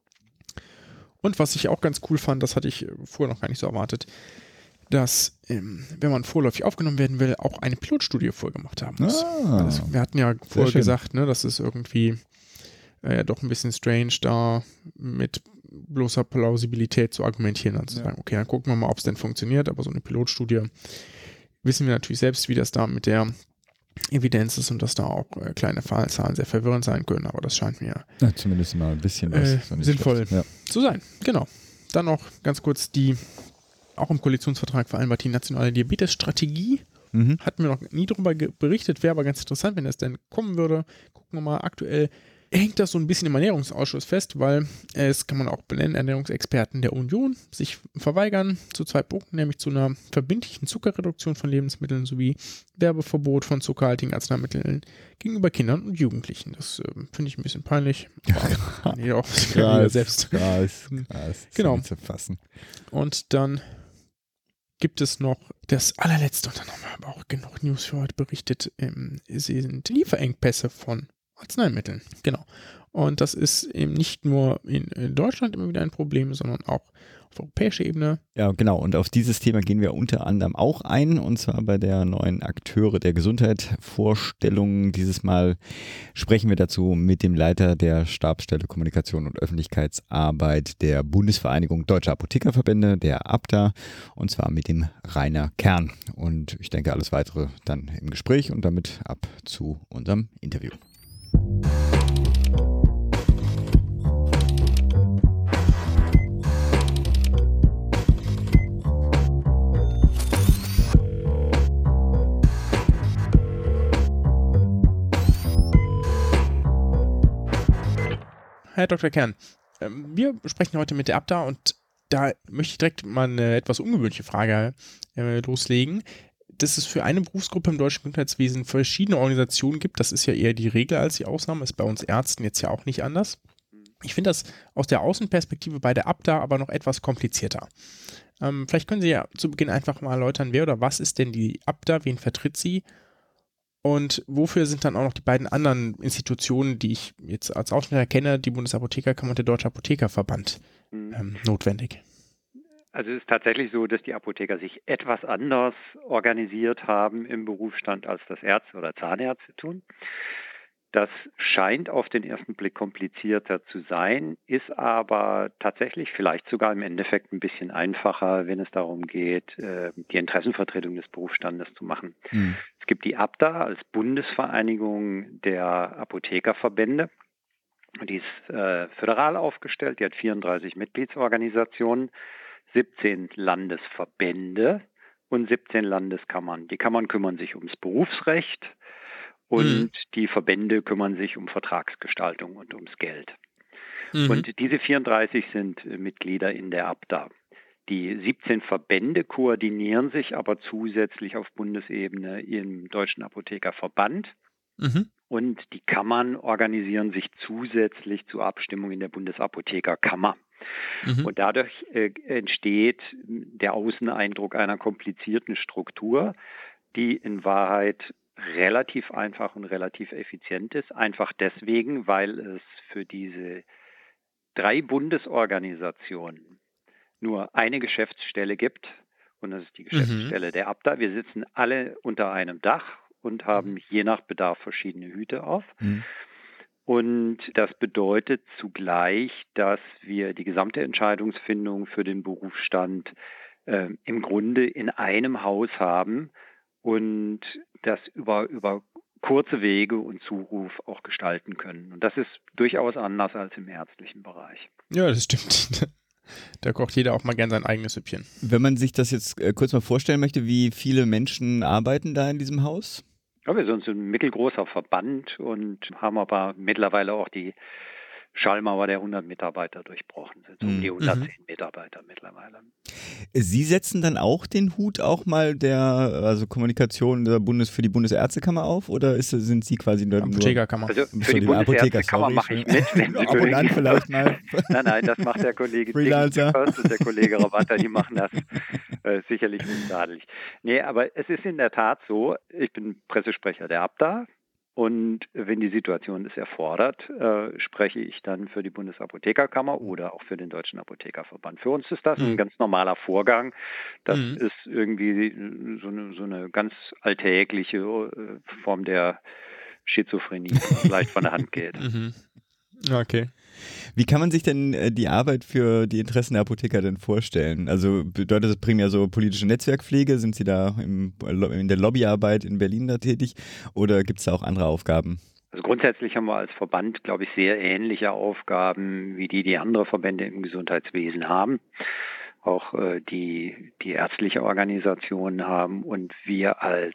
Und was ich auch ganz cool fand, das hatte ich vorher noch gar nicht so erwartet, dass, wenn man vorläufig aufgenommen werden will, auch eine Pilotstudie vorgemacht haben muss. Wir hatten ja vorher gesagt, ne, das ist irgendwie doch ein bisschen strange, da mit bloßer Plausibilität zu argumentieren und zu sagen, okay, dann gucken wir mal, ob es denn funktioniert, aber so eine Pilotstudie wissen wir natürlich selbst, wie das da mit der Evidenz ist und dass da auch kleine Fallzahlen sehr verwirrend sein können, aber das scheint mir zumindest mal ein bisschen was sinnvoll zu sein. Genau. Dann noch ganz kurz auch im Koalitionsvertrag vereinbart, die nationale Diabetesstrategie. Hatten wir noch nie darüber berichtet, wäre aber ganz interessant, wenn das denn kommen würde. Gucken wir mal, aktuell hängt das so ein bisschen im Ernährungsausschuss fest, weil es kann man auch benennen, Ernährungsexperten der Union sich verweigern zu 2 Punkten, nämlich zu einer verbindlichen Zuckerreduktion von Lebensmitteln sowie Werbeverbot von zuckerhaltigen Arzneimitteln gegenüber Kindern und Jugendlichen. Das finde ich ein bisschen peinlich. Krass. Genau. Zu fassen. Und dann gibt es noch das allerletzte, und dann haben wir aber auch genug News für heute berichtet, sind Lieferengpässe von Arzneimitteln. Genau. Und das ist eben nicht nur in Deutschland immer wieder ein Problem, sondern auch auf europäischer Ebene. Ja, genau. Und auf dieses Thema gehen wir unter anderem auch ein, und zwar bei der neuen Akteure der Gesundheit Vorstellung. Dieses Mal sprechen wir dazu mit dem Leiter der Stabsstelle Kommunikation und Öffentlichkeitsarbeit der Bundesvereinigung Deutscher Apothekerverbände, der ABDA, und zwar mit dem Rainer Kern. Und ich denke, alles weitere dann im Gespräch und damit ab zu unserem Interview. Herr Dr. Kern, wir sprechen heute mit der ABDA und da möchte ich direkt mal eine etwas ungewöhnliche Frage loslegen. Dass es für eine Berufsgruppe im deutschen Gesundheitswesen verschiedene Organisationen gibt, das ist ja eher die Regel als die Ausnahme, ist bei uns Ärzten jetzt ja auch nicht anders. Ich finde das aus der Außenperspektive bei der ABDA aber noch etwas komplizierter. Vielleicht können Sie ja zu Beginn einfach mal erläutern, wer oder was ist denn die ABDA, wen vertritt sie? Und wofür sind dann auch noch die beiden anderen Institutionen, die ich jetzt als Außenstehender kenne, die Bundesapothekerkammer und der Deutsche Apothekerverband, notwendig? Also es ist tatsächlich so, dass die Apotheker sich etwas anders organisiert haben im Berufsstand, als das Ärzte oder Zahnärzte tun. Das scheint auf den ersten Blick komplizierter zu sein, ist aber tatsächlich vielleicht sogar im Endeffekt ein bisschen einfacher, wenn es darum geht, die Interessenvertretung des Berufsstandes zu machen. Es gibt die ABDA als Bundesvereinigung der Apothekerverbände. Die ist föderal aufgestellt, die hat 34 Mitgliedsorganisationen, 17 Landesverbände und 17 Landeskammern. Die Kammern kümmern sich ums Berufsrecht. Und die Verbände kümmern sich um Vertragsgestaltung und ums Geld. Und diese 34 sind Mitglieder in der ABDA. Die 17 Verbände koordinieren sich aber zusätzlich auf Bundesebene im Deutschen Apothekerverband. Und die Kammern organisieren sich zusätzlich zur Abstimmung in der Bundesapothekerkammer. Und dadurch entsteht der Außeneindruck einer komplizierten Struktur, die in Wahrheit relativ einfach und relativ effizient ist. Einfach deswegen, weil es für diese 3 Bundesorganisationen nur eine Geschäftsstelle gibt. Und das ist die Geschäftsstelle der ABDA. Wir sitzen alle unter einem Dach und haben je nach Bedarf verschiedene Hüte auf. Und das bedeutet zugleich, dass wir die gesamte Entscheidungsfindung für den Berufsstand im Grunde in einem Haus haben und das über kurze Wege und Zuruf auch gestalten können. Und das ist durchaus anders als im ärztlichen Bereich. Ja, das stimmt. Da kocht jeder auch mal gern sein eigenes Süppchen. Wenn man sich das jetzt kurz mal vorstellen möchte, wie viele Menschen arbeiten da in diesem Haus? Ja, wir sind so ein mittelgroßer Verband und haben aber mittlerweile auch die Schallmauer der 100 Mitarbeiter durchbrochen. Sind so um die 110 Mitarbeiter mittlerweile. Sie setzen dann auch den Hut auch mal der Kommunikation für die Bundesärztekammer auf, oder sind Sie quasi nur Apothekerkammer? Also für die Bundesärztekammer mache ich mit, wenn Sie mögen. Vielleicht mal. Nein, das macht der Kollege Freelancer und der Kollege Rabatta, die machen das sicherlich untadelig. Nee, aber es ist in der Tat so, ich bin Pressesprecher der ABDA. Und wenn die Situation es erfordert, spreche ich dann für die Bundesapothekerkammer oder auch für den Deutschen Apothekerverband. Für uns ist das ein ganz normaler Vorgang. Das ist irgendwie so eine ganz alltägliche Form der Schizophrenie, die leicht von der Hand geht. Okay. Wie kann man sich denn die Arbeit für die Interessen der Apotheker denn vorstellen? Also bedeutet das primär so politische Netzwerkpflege? Sind Sie da in der Lobbyarbeit in Berlin da tätig oder gibt es da auch andere Aufgaben? Also grundsätzlich haben wir als Verband, glaube ich, sehr ähnliche Aufgaben wie die andere Verbände im Gesundheitswesen haben. Auch die ärztliche Organisationen haben, und wir als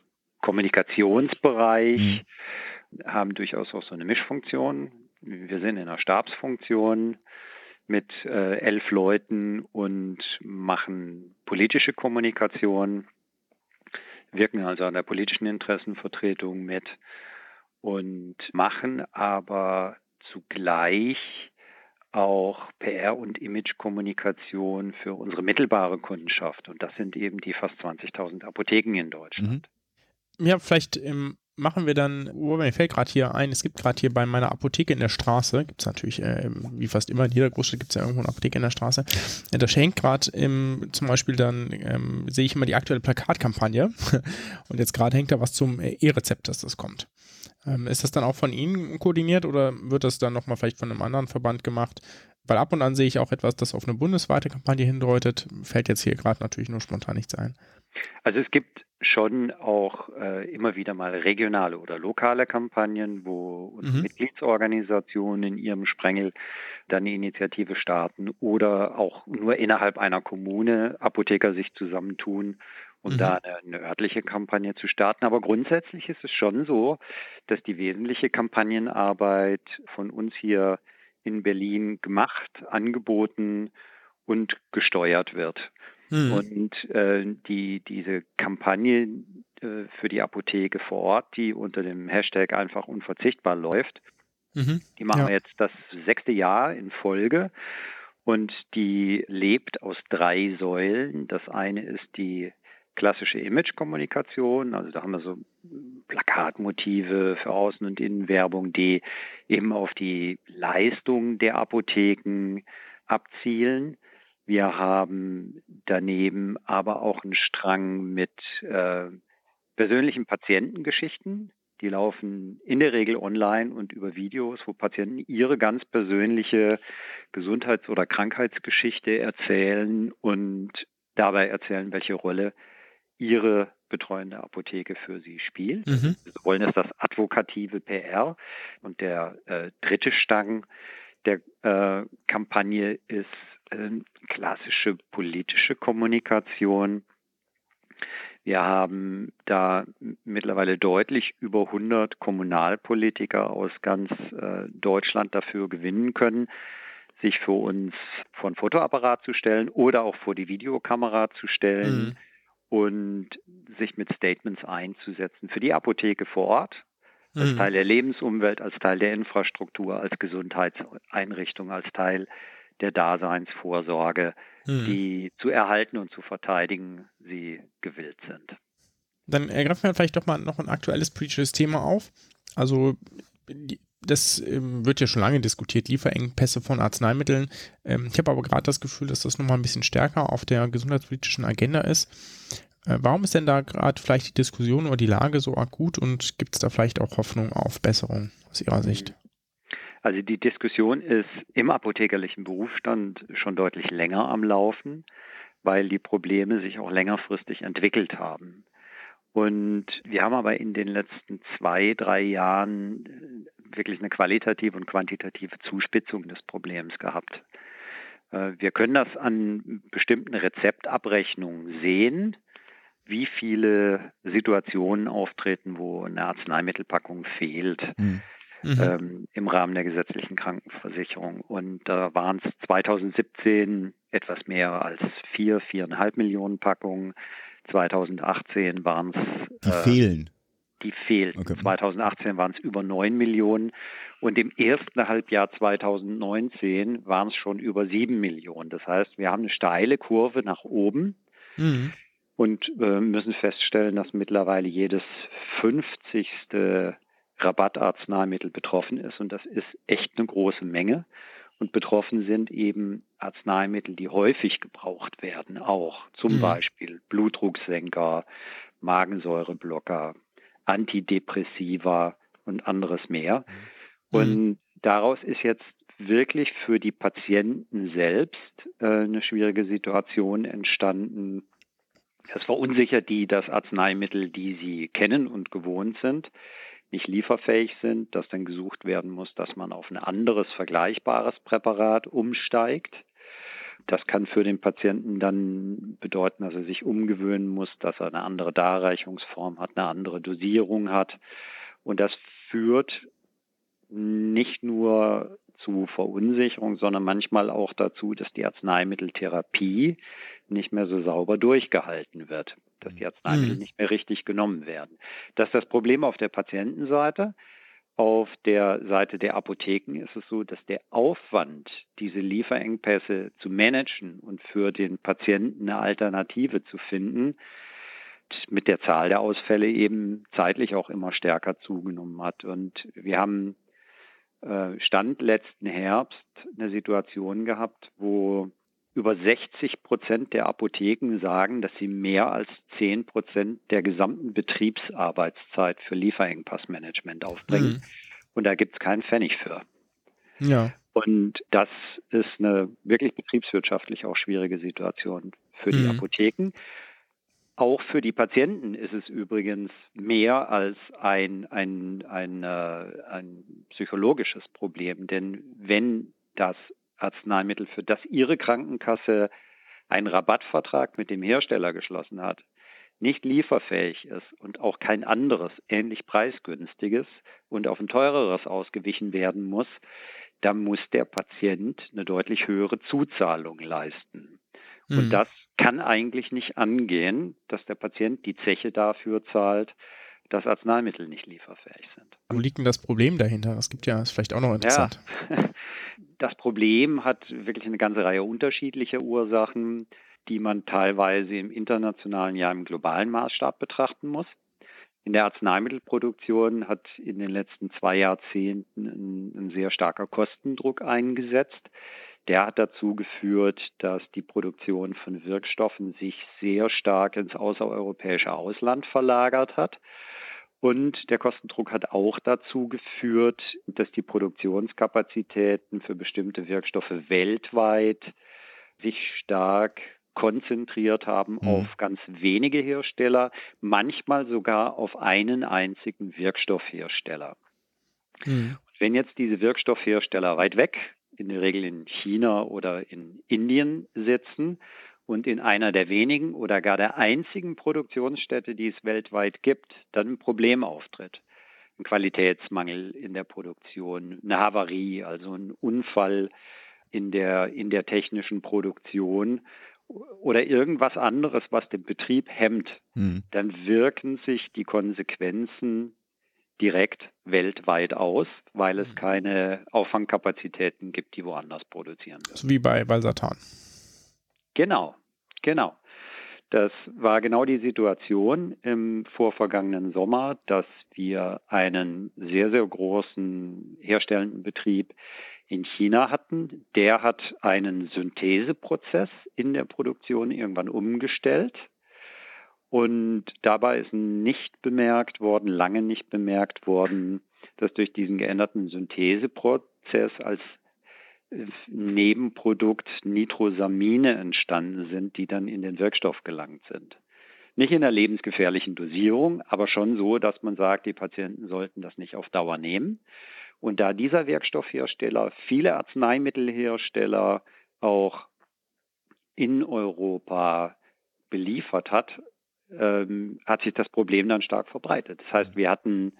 Kommunikationsbereich haben durchaus auch so eine Mischfunktion. Wir sind in einer Stabsfunktion mit 11 Leuten und machen politische Kommunikation, wirken also an der politischen Interessenvertretung mit und machen aber zugleich auch PR- und Imagekommunikation für unsere mittelbare Kundenschaft. Und das sind eben die fast 20.000 Apotheken in Deutschland. Ja, vielleicht machen wir dann, mir fällt gerade hier ein, es gibt gerade hier bei meiner Apotheke in der Straße, gibt es natürlich, wie fast immer in jeder Großstadt gibt es ja irgendwo eine Apotheke in der Straße, da schenkt gerade zum Beispiel dann, sehe ich immer die aktuelle Plakatkampagne und jetzt gerade hängt da was zum E-Rezept, dass das kommt. Ist das dann auch von Ihnen koordiniert oder wird das dann nochmal vielleicht von einem anderen Verband gemacht? Weil ab und an sehe ich auch etwas, das auf eine bundesweite Kampagne hindeutet, fällt jetzt hier gerade natürlich nur spontan nichts ein. Also es gibt schon auch immer wieder mal regionale oder lokale Kampagnen, wo unsere Mitgliedsorganisationen in ihrem Sprengel dann eine Initiative starten oder auch nur innerhalb einer Kommune Apotheker sich zusammentun, um da eine örtliche Kampagne zu starten. Aber grundsätzlich ist es schon so, dass die wesentliche Kampagnenarbeit von uns hier in Berlin gemacht, angeboten und gesteuert wird. Und diese Kampagne für die Apotheke vor Ort, die unter dem Hashtag einfach unverzichtbar läuft, die machen wir jetzt das 6. Jahr in Folge und die lebt aus 3 Säulen. Das eine ist die klassische Image-Kommunikation, also da haben wir so Plakatmotive für Außen- und Innenwerbung, die eben auf die Leistung der Apotheken abzielen. Wir haben daneben aber auch einen Strang mit persönlichen Patientengeschichten. Die laufen in der Regel online und über Videos, wo Patienten ihre ganz persönliche Gesundheits- oder Krankheitsgeschichte erzählen und dabei erzählen, welche Rolle ihre betreuende Apotheke für sie spielt. Wir wollen es das advokative PR. Und der dritte Strang der Kampagne ist klassische politische Kommunikation. Wir haben da mittlerweile deutlich über 100 Kommunalpolitiker aus ganz Deutschland dafür gewinnen können, sich für uns vor ein Fotoapparat zu stellen oder auch vor die Videokamera zu stellen und sich mit Statements einzusetzen für die Apotheke vor Ort, als Teil der Lebensumwelt, als Teil der Infrastruktur, als Gesundheitseinrichtung, als Teil der Daseinsvorsorge, die zu erhalten und zu verteidigen sie gewillt sind. Dann greifen wir vielleicht doch mal noch ein aktuelles politisches Thema auf. Also das wird ja schon lange diskutiert, Lieferengpässe von Arzneimitteln. Ich habe aber gerade das Gefühl, dass das nochmal ein bisschen stärker auf der gesundheitspolitischen Agenda ist. Warum ist denn da gerade vielleicht die Diskussion oder die Lage so akut und gibt es da vielleicht auch Hoffnung auf Besserung aus Ihrer Sicht? Also die Diskussion ist im apothekerlichen Berufsstand schon deutlich länger am Laufen, weil die Probleme sich auch längerfristig entwickelt haben. Und wir haben aber in den letzten 2-3 Jahren wirklich eine qualitative und quantitative Zuspitzung des Problems gehabt. Wir können das an bestimmten Rezeptabrechnungen sehen, wie viele Situationen auftreten, wo eine Arzneimittelpackung fehlt. Im Rahmen der gesetzlichen Krankenversicherung. Und da waren es 2017 etwas mehr als 4,5 Millionen Packungen. 2018 waren es... Die fehlen. Die fehlten. Okay. 2018 waren es über 9 Millionen und im ersten Halbjahr 2019 waren es schon über 7 Millionen. Das heißt, wir haben eine steile Kurve nach oben und müssen feststellen, dass mittlerweile jedes 50. Rabattarzneimittel betroffen ist und das ist echt eine große Menge. Und betroffen sind eben Arzneimittel, die häufig gebraucht werden, auch zum Beispiel Blutdrucksenker, Magensäureblocker, Antidepressiva und anderes mehr. Und daraus ist jetzt wirklich für die Patienten selbst eine schwierige Situation entstanden. Das verunsichert die, dass Arzneimittel, die sie kennen und gewohnt sind, nicht lieferfähig sind, dass dann gesucht werden muss, dass man auf ein anderes vergleichbares Präparat umsteigt. Das kann für den Patienten dann bedeuten, dass er sich umgewöhnen muss, dass er eine andere Darreichungsform hat, eine andere Dosierung hat. Und das führt nicht nur zu Verunsicherung, sondern manchmal auch dazu, dass die Arzneimitteltherapie nicht mehr so sauber durchgehalten wird, dass die Arzneimittel nicht mehr richtig genommen werden. Das ist das Problem auf der Patientenseite. Auf der Seite der Apotheken ist es so, dass der Aufwand, diese Lieferengpässe zu managen und für den Patienten eine Alternative zu finden, mit der Zahl der Ausfälle eben zeitlich auch immer stärker zugenommen hat. Und wir haben Stand letzten Herbst eine Situation gehabt, wo über 60% der Apotheken sagen, dass sie mehr als 10% der gesamten Betriebsarbeitszeit für Lieferengpassmanagement aufbringen. Und da gibt es keinen Pfennig für. Ja. Und das ist eine wirklich betriebswirtschaftlich auch schwierige Situation für die Apotheken. Auch für die Patienten ist es übrigens mehr als ein psychologisches Problem. Denn wenn das Arzneimittel, für das Ihre Krankenkasse einen Rabattvertrag mit dem Hersteller geschlossen hat, nicht lieferfähig ist und auch kein anderes, ähnlich preisgünstiges und auf ein teureres ausgewichen werden muss, dann muss der Patient eine deutlich höhere Zuzahlung leisten. Und das kann eigentlich nicht angehen, dass der Patient die Zeche dafür zahlt, dass Arzneimittel nicht lieferfähig sind. Wo liegt denn das Problem dahinter? Das ist vielleicht auch noch interessant. Ja, das Problem hat wirklich eine ganze Reihe unterschiedlicher Ursachen, die man teilweise im internationalen, ja im globalen Maßstab betrachten muss. In der Arzneimittelproduktion hat in den letzten 2 Jahrzehnten ein sehr starker Kostendruck eingesetzt. Der hat dazu geführt, dass die Produktion von Wirkstoffen sich sehr stark ins außereuropäische Ausland verlagert hat. Und der Kostendruck hat auch dazu geführt, dass die Produktionskapazitäten für bestimmte Wirkstoffe weltweit sich stark konzentriert haben auf ganz wenige Hersteller, manchmal sogar auf einen einzigen Wirkstoffhersteller. Und wenn jetzt diese Wirkstoffhersteller weit weg, in der Regel in China oder in Indien sitzen und in einer der wenigen oder gar der einzigen Produktionsstätte, die es weltweit gibt, dann ein Problem auftritt. Ein Qualitätsmangel in der Produktion, eine Havarie, also ein Unfall in der technischen Produktion oder irgendwas anderes, was den Betrieb hemmt, dann wirken sich die Konsequenzen direkt weltweit aus, weil es keine Auffangkapazitäten gibt, die woanders produzieren. So wie bei Valsartan. Genau. Das war genau die Situation im vorvergangenen Sommer, dass wir einen sehr, sehr großen herstellenden Betrieb in China hatten. Der hat einen Syntheseprozess in der Produktion irgendwann umgestellt. Und dabei ist lange nicht bemerkt worden, dass durch diesen geänderten Syntheseprozess als Nebenprodukt Nitrosamine entstanden sind, die dann in den Wirkstoff gelangt sind. Nicht in einer lebensgefährlichen Dosierung, aber schon so, dass man sagt, die Patienten sollten das nicht auf Dauer nehmen. Und da dieser Wirkstoffhersteller viele Arzneimittelhersteller auch in Europa beliefert hat, hat sich das Problem dann stark verbreitet. Das heißt, wir hatten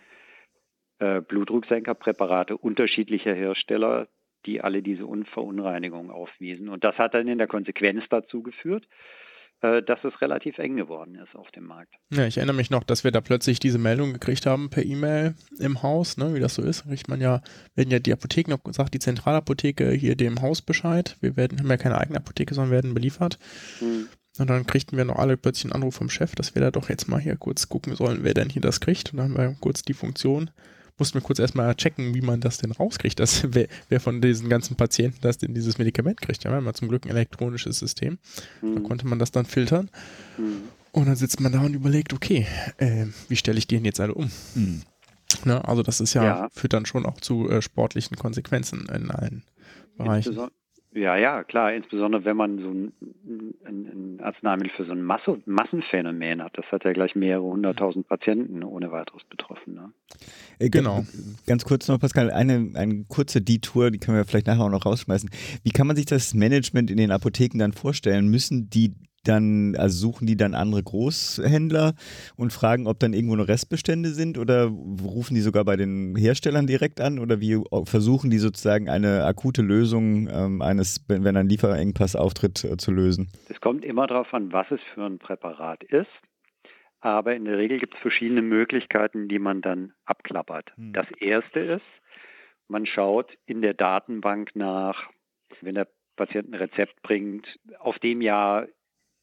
Blutdrucksenkerpräparate unterschiedlicher Hersteller, die alle diese Verunreinigungen aufwiesen. Und das hat dann in der Konsequenz dazu geführt, dass es relativ eng geworden ist auf dem Markt. Ja, ich erinnere mich noch, dass wir da plötzlich diese Meldung gekriegt haben per E-Mail im Haus, ne, wie das so ist. Werden ja die Apotheken noch gesagt, die Zentralapotheke hier dem Haus Bescheid. Haben ja keine eigene Apotheke, sondern werden beliefert. Und dann kriegten wir noch alle plötzlich einen Anruf vom Chef, dass wir da doch jetzt mal hier kurz gucken sollen, wer denn hier das kriegt. Und dann haben wir kurz die Funktion, mussten wir kurz erstmal checken, wie man das denn rauskriegt, wer von diesen ganzen Patienten das denn dieses Medikament kriegt. Ja, wir haben ja zum Glück ein elektronisches System. Da konnte man das dann filtern. Und dann sitzt man da und überlegt, okay, wie stelle ich die denn jetzt alle um? Ne, also das ist führt dann schon auch zu sportlichen Konsequenzen in allen Bereichen. Ja, klar, insbesondere wenn man so ein Arzneimittel für so ein Massenphänomen hat. Das hat ja gleich mehrere 100.000 Patienten ohne weiteres betroffen. Ne? Genau. Ganz kurz noch, Pascal, eine kurze Detour, die können wir vielleicht nachher auch noch rausschmeißen. Wie kann man sich das Management in den Apotheken dann vorstellen? Suchen die dann andere Großhändler und fragen, ob dann irgendwo noch Restbestände sind, oder rufen die sogar bei den Herstellern direkt an, oder wie versuchen die sozusagen eine akute Lösung wenn ein Lieferengpass auftritt, zu lösen? Es kommt immer darauf an, was es für ein Präparat ist, aber in der Regel gibt es verschiedene Möglichkeiten, die man dann abklappert. Das erste ist, man schaut in der Datenbank nach, wenn der Patient ein Rezept bringt, auf dem Jahr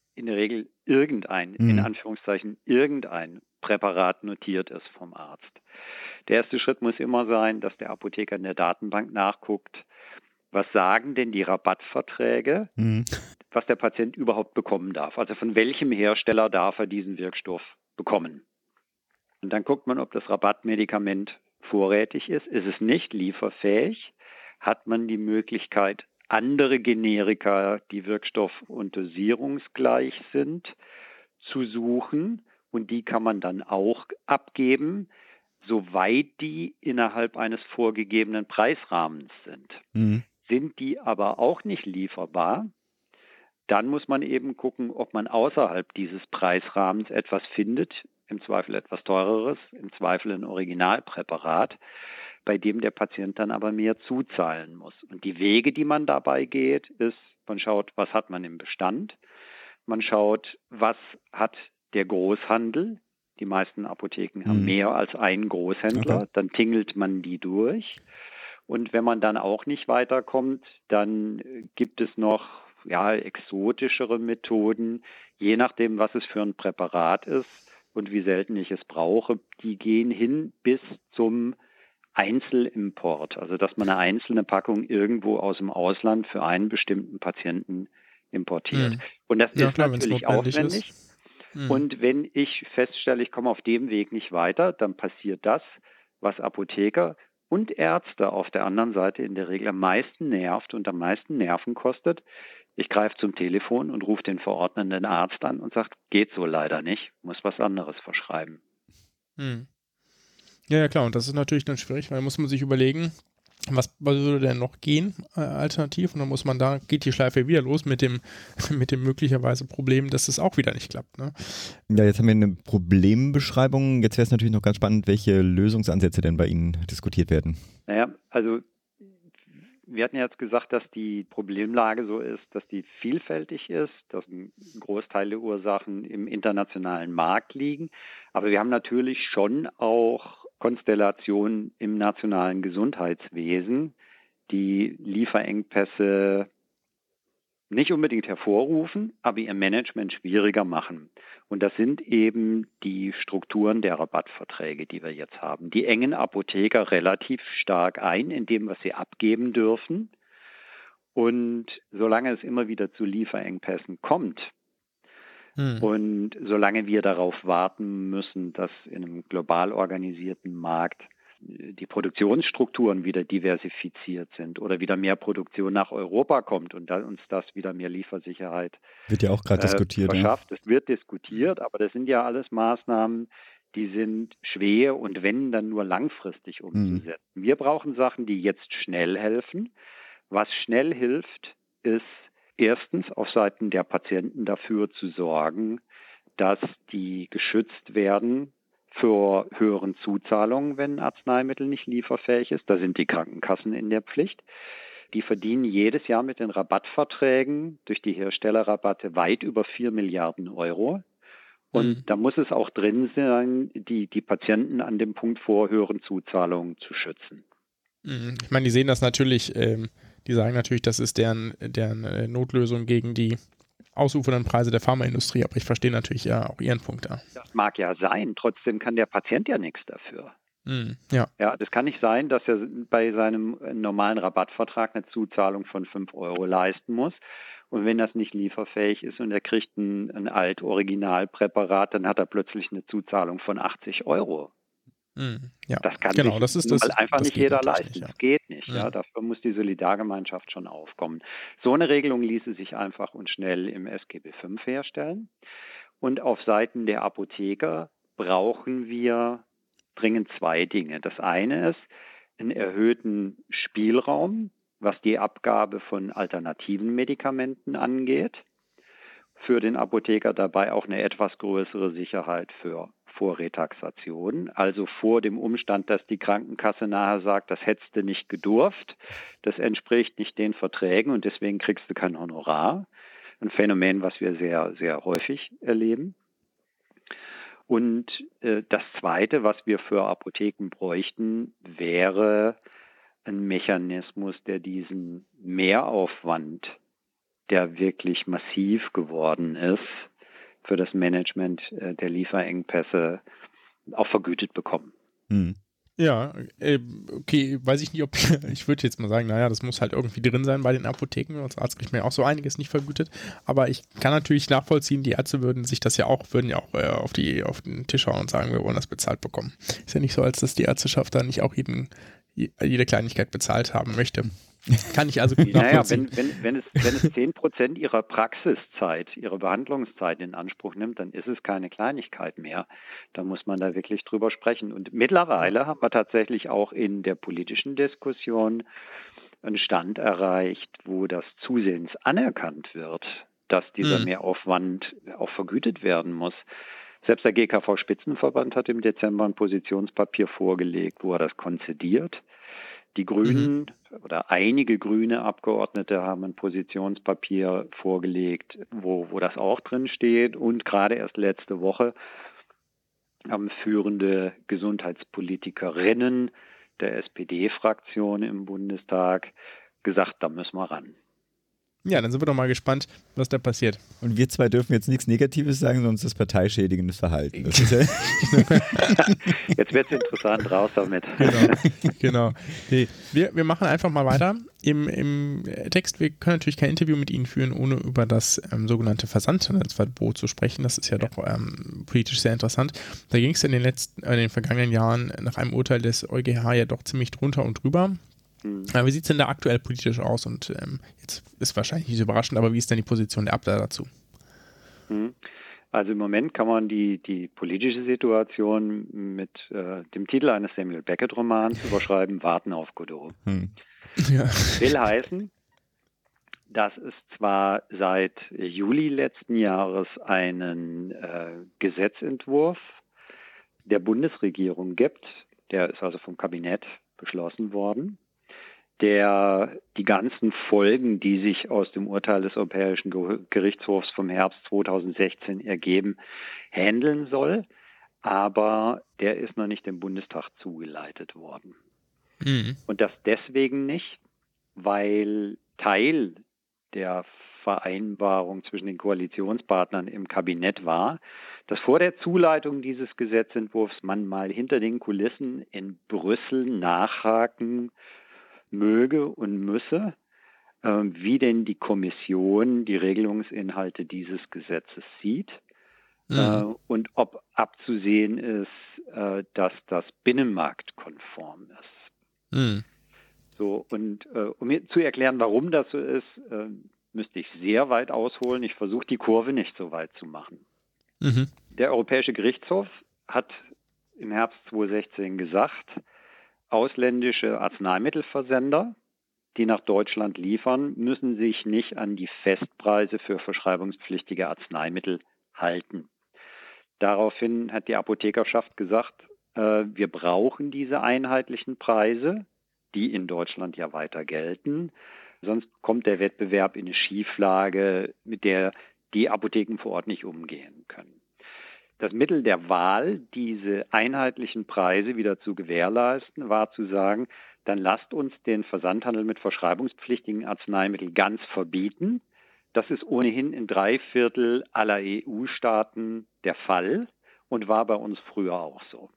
in der Regel in Anführungszeichen irgendein Präparat notiert ist vom Arzt. Der erste Schritt muss immer sein, dass der Apotheker in der Datenbank nachguckt, was sagen denn die Rabattverträge, was der Patient überhaupt bekommen darf. Also von welchem Hersteller darf er diesen Wirkstoff bekommen. Und dann guckt man, ob das Rabattmedikament vorrätig ist. Ist es nicht lieferfähig, hat man die Möglichkeit, andere Generika, die Wirkstoff- und dosierungsgleich sind, zu suchen. Und die kann man dann auch abgeben, soweit die innerhalb eines vorgegebenen Preisrahmens sind. Sind die aber auch nicht lieferbar, dann muss man eben gucken, ob man außerhalb dieses Preisrahmens etwas findet, im Zweifel etwas teureres, im Zweifel ein Originalpräparat, bei dem der Patient dann aber mehr zuzahlen muss. Und die Wege, die man dabei geht, ist, man schaut, was hat man im Bestand, man schaut, was hat der Großhandel. Die meisten Apotheken haben mehr als einen Großhändler, dann tingelt man die durch. Und wenn man dann auch nicht weiterkommt, dann gibt es noch exotischere Methoden, je nachdem, was es für ein Präparat ist und wie selten ich es brauche. Die gehen hin bis zum Einzelimport, also dass man eine einzelne Packung irgendwo aus dem Ausland für einen bestimmten Patienten importiert. Und das ist natürlich aufwendig. Und wenn ich feststelle, ich komme auf dem Weg nicht weiter, dann passiert das, was Apotheker und Ärzte auf der anderen Seite in der Regel am meisten nervt und am meisten Nerven kostet. Ich greife zum Telefon und rufe den verordnenden Arzt an und sage, geht so leider nicht, muss was anderes verschreiben. Ja, klar, und das ist natürlich dann schwierig, weil da muss man sich überlegen, was würde denn noch gehen, alternativ? Und dann geht die Schleife wieder los mit dem möglicherweise Problem, dass es auch wieder nicht klappt. Ne? Ja, jetzt haben wir eine Problembeschreibung. Jetzt wäre es natürlich noch ganz spannend, welche Lösungsansätze denn bei Ihnen diskutiert werden. Naja, also wir hatten ja jetzt gesagt, dass die Problemlage so ist, dass die vielfältig ist, dass ein Großteil der Ursachen im internationalen Markt liegen. Aber wir haben natürlich schon auch Konstellationen im nationalen Gesundheitswesen, die Lieferengpässe nicht unbedingt hervorrufen, aber ihr Management schwieriger machen. Und das sind eben die Strukturen der Rabattverträge, die wir jetzt haben. Die engen Apotheker relativ stark ein in dem, was sie abgeben dürfen. Und solange es immer wieder zu Lieferengpässen kommt und solange wir darauf warten müssen, dass in einem global organisierten Markt die Produktionsstrukturen wieder diversifiziert sind oder wieder mehr Produktion nach Europa kommt und dann uns das wieder mehr Liefersicherheit wird ja auch gerade diskutiert, verschafft. Es wird diskutiert, aber das sind ja alles Maßnahmen, die sind schwer und wenn, dann nur langfristig umzusetzen. Wir brauchen Sachen, die jetzt schnell helfen. Was schnell hilft, ist erstens auf Seiten der Patienten dafür zu sorgen, dass die geschützt werden für höheren Zuzahlungen, wenn ein Arzneimittel nicht lieferfähig ist. Da sind die Krankenkassen in der Pflicht. Die verdienen jedes Jahr mit den Rabattverträgen durch die Herstellerrabatte weit über 4 Milliarden Euro. Und da muss es auch drin sein, die Patienten an dem Punkt vor höheren Zuzahlungen zu schützen. Ich meine, die sehen das natürlich, die sagen natürlich, das ist deren Notlösung gegen die ausufernden Preise der Pharmaindustrie, aber ich verstehe natürlich ja auch Ihren Punkt da. Das mag ja sein, trotzdem kann der Patient ja nichts dafür. Ja, das kann nicht sein, dass er bei seinem normalen Rabattvertrag eine Zuzahlung von 5 Euro leisten muss. Und wenn das nicht lieferfähig ist und er kriegt ein Alt-Originalpräparat, dann hat er plötzlich eine Zuzahlung von 80 Euro. Ja, das kann genau, sich das ist das, einfach das nicht geht jeder natürlich leisten. nicht, ja. Das geht nicht. Ja. Dafür muss die Solidargemeinschaft schon aufkommen. So eine Regelung ließe sich einfach und schnell im SGB V herstellen. Und auf Seiten der Apotheker brauchen wir dringend 2 Dinge. Das eine ist einen erhöhten Spielraum, was die Abgabe von alternativen Medikamenten angeht. Für den Apotheker dabei auch eine etwas größere Sicherheit für Vorretaxation, also vor dem Umstand, dass die Krankenkasse nachher sagt, das hättest du nicht gedurft, das entspricht nicht den Verträgen und deswegen kriegst du kein Honorar. Ein Phänomen, was wir sehr, sehr häufig erleben. Und das Zweite, was wir für Apotheken bräuchten, wäre ein Mechanismus, der diesen Mehraufwand, der wirklich massiv geworden ist, für das Management der Lieferengpässe auch vergütet bekommen. Ja, okay, weiß ich nicht, ob ich würde jetzt mal sagen, naja, das muss halt irgendwie drin sein bei den Apotheken. Als Arzt kriegt man ja auch so einiges nicht vergütet. Aber ich kann natürlich nachvollziehen, die Ärzte würden ja auch auf den Tisch hauen und sagen, wir wollen das bezahlt bekommen. Ist ja nicht so, als dass die Ärzteschaft da nicht auch jede Kleinigkeit bezahlt haben möchte. Kann ich also gut nachvollziehen. Wenn es 10% ihrer Praxiszeit, ihrer Behandlungszeit in Anspruch nimmt, dann ist es keine Kleinigkeit mehr. Da muss man da wirklich drüber sprechen. Und mittlerweile haben wir tatsächlich auch in der politischen Diskussion einen Stand erreicht, wo das zusehends anerkannt wird, dass dieser Mehraufwand auch vergütet werden muss. Selbst der GKV-Spitzenverband hat im Dezember ein Positionspapier vorgelegt, wo er das konzidiert. Die Grünen oder einige grüne Abgeordnete haben ein Positionspapier vorgelegt, wo das auch drin steht. Und gerade erst letzte Woche haben führende Gesundheitspolitikerinnen der SPD-Fraktion im Bundestag gesagt, da müssen wir ran. Ja, dann sind wir doch mal gespannt, was da passiert. Und wir zwei dürfen jetzt nichts Negatives sagen, sonst ist parteischädigendes Verhalten. Das ist Jetzt wird es interessant, raus damit. Genau. Nee, wir machen einfach mal weiter im Text. Wir können natürlich kein Interview mit Ihnen führen, ohne über das sogenannte Versandhandelsverbot zu sprechen. Das ist ja doch politisch sehr interessant. Da ging es in den vergangenen Jahren nach einem Urteil des EuGH ja doch ziemlich drunter und drüber. Wie sieht es denn da aktuell politisch aus? Und jetzt ist wahrscheinlich nicht so überraschend, aber wie ist denn die Position der Abda dazu? Also im Moment kann man die politische Situation mit dem Titel eines Samuel Beckett-Romans überschreiben, Warten auf Godot. Ja. Will heißen, dass es zwar seit Juli letzten Jahres einen Gesetzentwurf der Bundesregierung gibt, der ist also vom Kabinett beschlossen worden, der die ganzen Folgen, die sich aus dem Urteil des Europäischen Gerichtshofs vom Herbst 2016 ergeben, handeln soll. Aber der ist noch nicht dem Bundestag zugeleitet worden. Und das deswegen nicht, weil Teil der Vereinbarung zwischen den Koalitionspartnern im Kabinett war, dass vor der Zuleitung dieses Gesetzentwurfs man mal hinter den Kulissen in Brüssel nachhaken möge und müsse, wie denn die Kommission die Regelungsinhalte dieses Gesetzes sieht und ob abzusehen ist, dass das binnenmarktkonform ist. So, und um mir zu erklären, warum das so ist, müsste ich sehr weit ausholen. Ich versuche die Kurve nicht so weit zu machen. Der Europäische Gerichtshof hat im Herbst 2016 gesagt, ausländische Arzneimittelversender, die nach Deutschland liefern, müssen sich nicht an die Festpreise für verschreibungspflichtige Arzneimittel halten. Daraufhin hat die Apothekerschaft gesagt, wir brauchen diese einheitlichen Preise, die in Deutschland ja weiter gelten. Sonst kommt der Wettbewerb in eine Schieflage, mit der die Apotheken vor Ort nicht umgehen können. Das Mittel der Wahl, diese einheitlichen Preise wieder zu gewährleisten, war zu sagen, dann lasst uns den Versandhandel mit verschreibungspflichtigen Arzneimitteln ganz verbieten. Das ist ohnehin in 3/4 aller EU-Staaten der Fall und war bei uns früher auch so.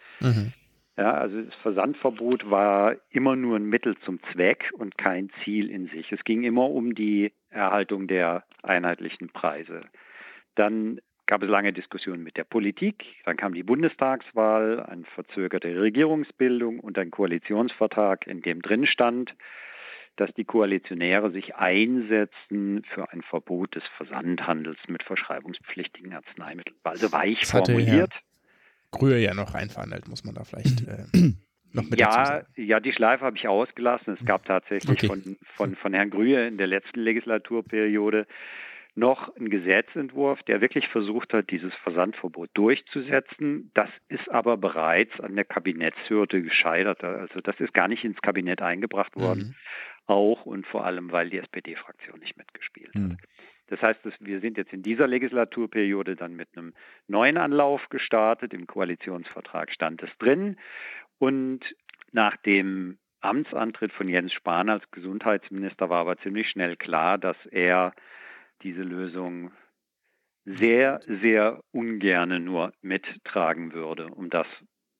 Ja, also das Versandverbot war immer nur ein Mittel zum Zweck und kein Ziel in sich. Es ging immer um die Erhaltung der einheitlichen Preise. Dann gab es lange Diskussionen mit der Politik, dann kam die Bundestagswahl, eine verzögerte Regierungsbildung und ein Koalitionsvertrag, in dem drin stand, dass die Koalitionäre sich einsetzen für ein Verbot des Versandhandels mit verschreibungspflichtigen Arzneimitteln. Also weich formuliert. Grühe ja noch reinverhandelt, muss man da vielleicht noch mit dazu sagen. Ja, die Schleife habe ich ausgelassen. Es gab tatsächlich von Herrn Grühe in der letzten Legislaturperiode noch einen Gesetzentwurf, der wirklich versucht hat, dieses Versandverbot durchzusetzen. Das ist aber bereits an der Kabinettshürde gescheitert. Also das ist gar nicht ins Kabinett eingebracht worden. Auch und vor allem, weil die SPD-Fraktion nicht mitgespielt hat. Das heißt, wir sind jetzt in dieser Legislaturperiode dann mit einem neuen Anlauf gestartet. Im Koalitionsvertrag stand es drin. Und nach dem Amtsantritt von Jens Spahn als Gesundheitsminister war aber ziemlich schnell klar, dass er diese Lösung sehr, sehr ungerne nur mittragen würde, um das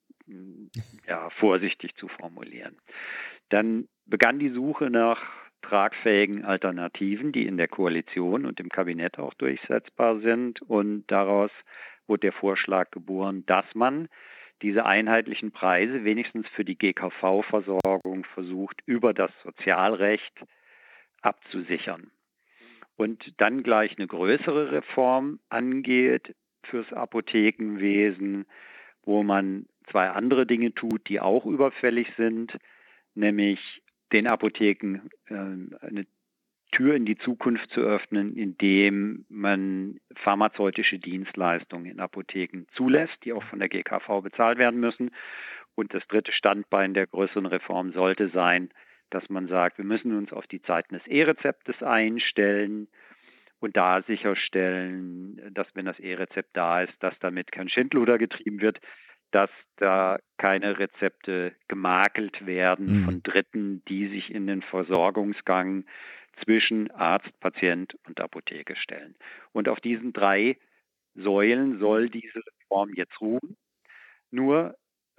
vorsichtig zu formulieren. Dann begann die Suche nach tragfähigen Alternativen, die in der Koalition und im Kabinett auch durchsetzbar sind. Und daraus wurde der Vorschlag geboren, dass man diese einheitlichen Preise wenigstens für die GKV-Versorgung versucht, über das Sozialrecht abzusichern. Und dann gleich eine größere Reform angeht fürs Apothekenwesen, wo man zwei andere Dinge tut, die auch überfällig sind, nämlich den Apotheken eine Tür in die Zukunft zu öffnen, indem man pharmazeutische Dienstleistungen in Apotheken zulässt, die auch von der GKV bezahlt werden müssen. Und das dritte Standbein der größeren Reform sollte sein, dass man sagt, wir müssen uns auf die Zeiten des E-Rezeptes einstellen und da sicherstellen, dass wenn das E-Rezept da ist, dass damit kein Schindluder getrieben wird, dass da keine Rezepte gemakelt werden von Dritten, die sich in den Versorgungsgang zwischen Arzt, Patient und Apotheke stellen. Und auf diesen 3 Säulen soll diese Reform jetzt ruhen. Nur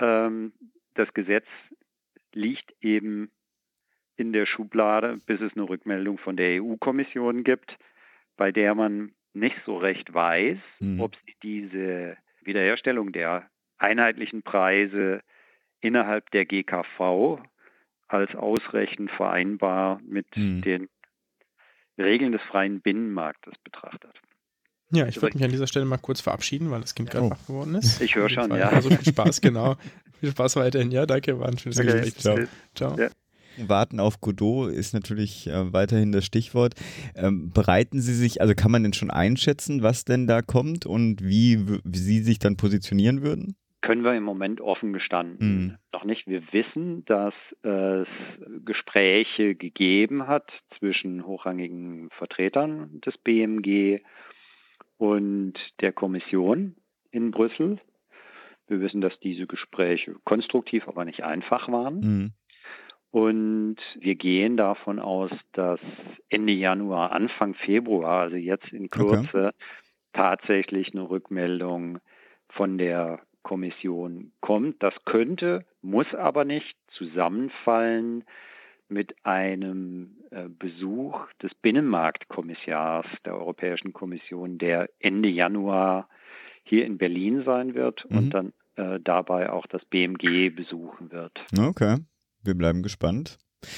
das Gesetz liegt eben in der Schublade, bis es eine Rückmeldung von der EU-Kommission gibt, bei der man nicht so recht weiß, ob sie diese Wiederherstellung der einheitlichen Preise innerhalb der GKV als ausreichend vereinbar mit den Regeln des freien Binnenmarktes betrachtet. Ja, ich würde mich an dieser Stelle mal kurz verabschieden, weil das Kind gerade wach geworden ist. Ich höre schon, ja. Also viel Spaß, genau. Viel Spaß weiterhin. Ja, danke, war ein schönes Gespräch. Ciao. Ja. Warten auf Godot ist natürlich weiterhin das Stichwort. Bereiten Sie sich, also kann man denn schon einschätzen, was denn da kommt und wie Sie sich dann positionieren würden? Können wir im Moment offen gestanden noch nicht. Wir wissen, dass es Gespräche gegeben hat zwischen hochrangigen Vertretern des BMG und der Kommission in Brüssel. Wir wissen, dass diese Gespräche konstruktiv, aber nicht einfach waren. Und wir gehen davon aus, dass Ende Januar, Anfang Februar, also jetzt in Kürze, tatsächlich eine Rückmeldung von der Kommission kommt. Das könnte, muss aber nicht zusammenfallen mit einem Besuch des Binnenmarktkommissars der Europäischen Kommission, der Ende Januar hier in Berlin sein wird und dann dabei auch das BMG besuchen wird. Okay, wir bleiben gespannt.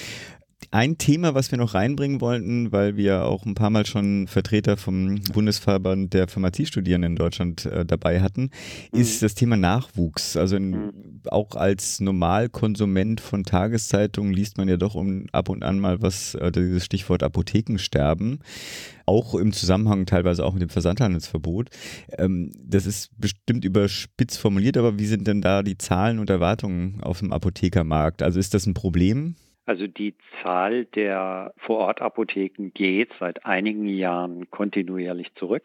Ein Thema, was wir noch reinbringen wollten, weil wir auch ein paar Mal schon Vertreter vom Bundesverband der Pharmaziestudierenden in Deutschland dabei hatten, ist das Thema Nachwuchs. Also auch als Normalkonsument von Tageszeitungen liest man ja doch ab und an mal dieses Stichwort Apothekensterben. Auch im Zusammenhang teilweise auch mit dem Versandhandelsverbot. Das ist bestimmt überspitzt formuliert, aber wie sind denn da die Zahlen und Erwartungen auf dem Apothekermarkt? Also ist das ein Problem? Also die Zahl der Vorortapotheken geht seit einigen Jahren kontinuierlich zurück.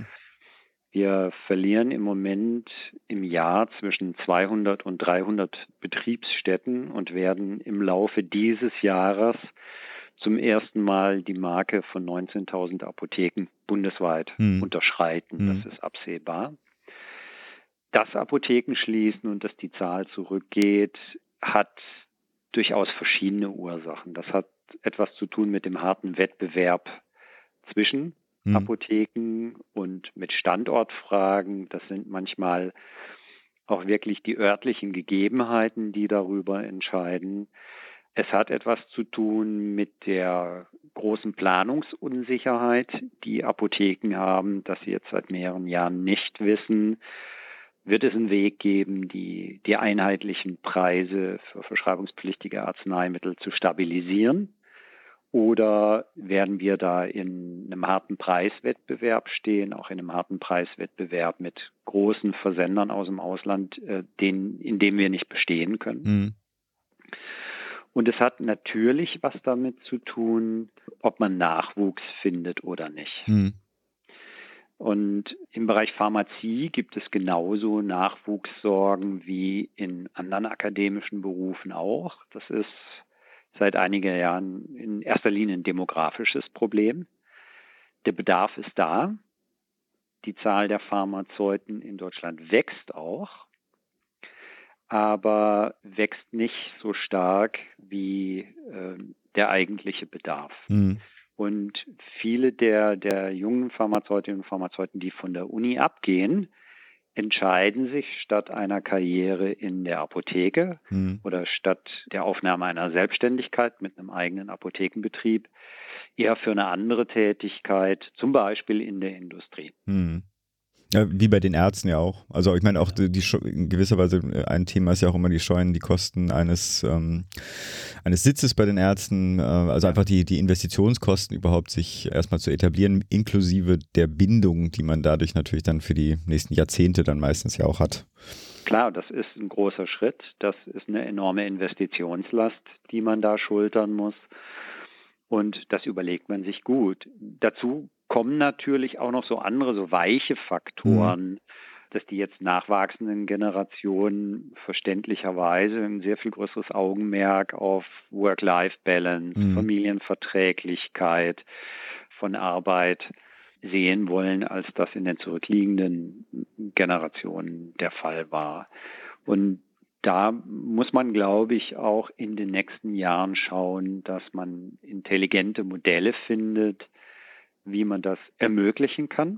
Wir verlieren im Moment im Jahr zwischen 200 und 300 Betriebsstätten und werden im Laufe dieses Jahres zum ersten Mal die Marke von 19.000 Apotheken bundesweit unterschreiten. Das ist absehbar. Dass Apotheken schließen und dass die Zahl zurückgeht, hat durchaus verschiedene Ursachen. Das hat etwas zu tun mit dem harten Wettbewerb zwischen Apotheken und mit Standortfragen. Das sind manchmal auch wirklich die örtlichen Gegebenheiten, die darüber entscheiden. Es hat etwas zu tun mit der großen Planungsunsicherheit, die Apotheken haben, dass sie jetzt seit mehreren Jahren nicht wissen, wird es einen Weg geben, die einheitlichen Preise für verschreibungspflichtige Arzneimittel zu stabilisieren? Oder werden wir da in einem harten Preiswettbewerb stehen, auch in einem harten Preiswettbewerb mit großen Versendern aus dem Ausland, in dem wir nicht bestehen können? Und es hat natürlich was damit zu tun, ob man Nachwuchs findet oder nicht. Und im Bereich Pharmazie gibt es genauso Nachwuchssorgen wie in anderen akademischen Berufen auch. Das ist seit einigen Jahren in erster Linie ein demografisches Problem. Der Bedarf ist da. Die Zahl der Pharmazeuten in Deutschland wächst auch, aber wächst nicht so stark wie der eigentliche Bedarf. Mhm. Und viele der jungen Pharmazeutinnen und Pharmazeuten, die von der Uni abgehen, entscheiden sich statt einer Karriere in der Apotheke oder statt der Aufnahme einer Selbstständigkeit mit einem eigenen Apothekenbetrieb eher für eine andere Tätigkeit, zum Beispiel in der Industrie. Ja, wie bei den Ärzten ja auch. Also ich meine auch in gewisser Weise ein Thema ist ja auch immer die Scheuen, die Kosten eines Sitzes bei den Ärzten, also einfach die Investitionskosten überhaupt sich erstmal zu etablieren, inklusive der Bindung, die man dadurch natürlich dann für die nächsten Jahrzehnte dann meistens ja auch hat. Klar, das ist ein großer Schritt. Das ist eine enorme Investitionslast, die man da schultern muss. Und das überlegt man sich gut. Dazu kommen natürlich auch noch so andere, so weiche Faktoren, dass die jetzt nachwachsenden Generationen verständlicherweise ein sehr viel größeres Augenmerk auf Work-Life-Balance, Familienverträglichkeit von Arbeit sehen wollen, als das in den zurückliegenden Generationen der Fall war. Und da muss man, glaube ich, auch in den nächsten Jahren schauen, dass man intelligente Modelle findet, wie man das ermöglichen kann.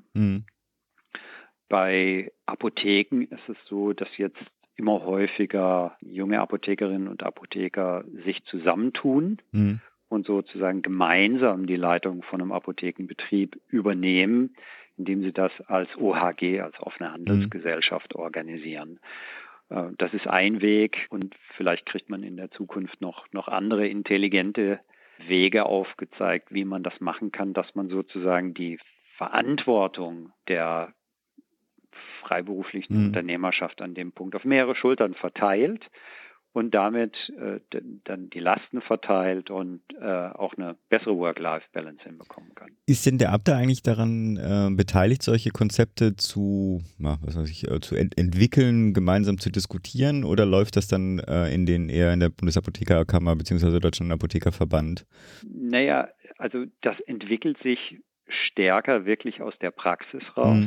Bei Apotheken ist es so, dass jetzt immer häufiger junge Apothekerinnen und Apotheker sich zusammentun und sozusagen gemeinsam die Leitung von einem Apothekenbetrieb übernehmen, indem sie das als OHG, als offene Handelsgesellschaft organisieren. Das ist ein Weg und vielleicht kriegt man in der Zukunft noch andere intelligente Wege aufgezeigt, wie man das machen kann, dass man sozusagen die Verantwortung der freiberuflichen Unternehmerschaft an dem Punkt auf mehrere Schultern verteilt und damit dann die Lasten verteilt und auch eine bessere Work-Life-Balance hinbekommen kann. Ist denn der Abda eigentlich daran beteiligt, solche Konzepte zu entwickeln, gemeinsam zu diskutieren, oder läuft das dann eher in der Bundesapothekerkammer bzw. Deutschen Apothekerverband? Naja, also das entwickelt sich stärker wirklich aus der Praxis raus.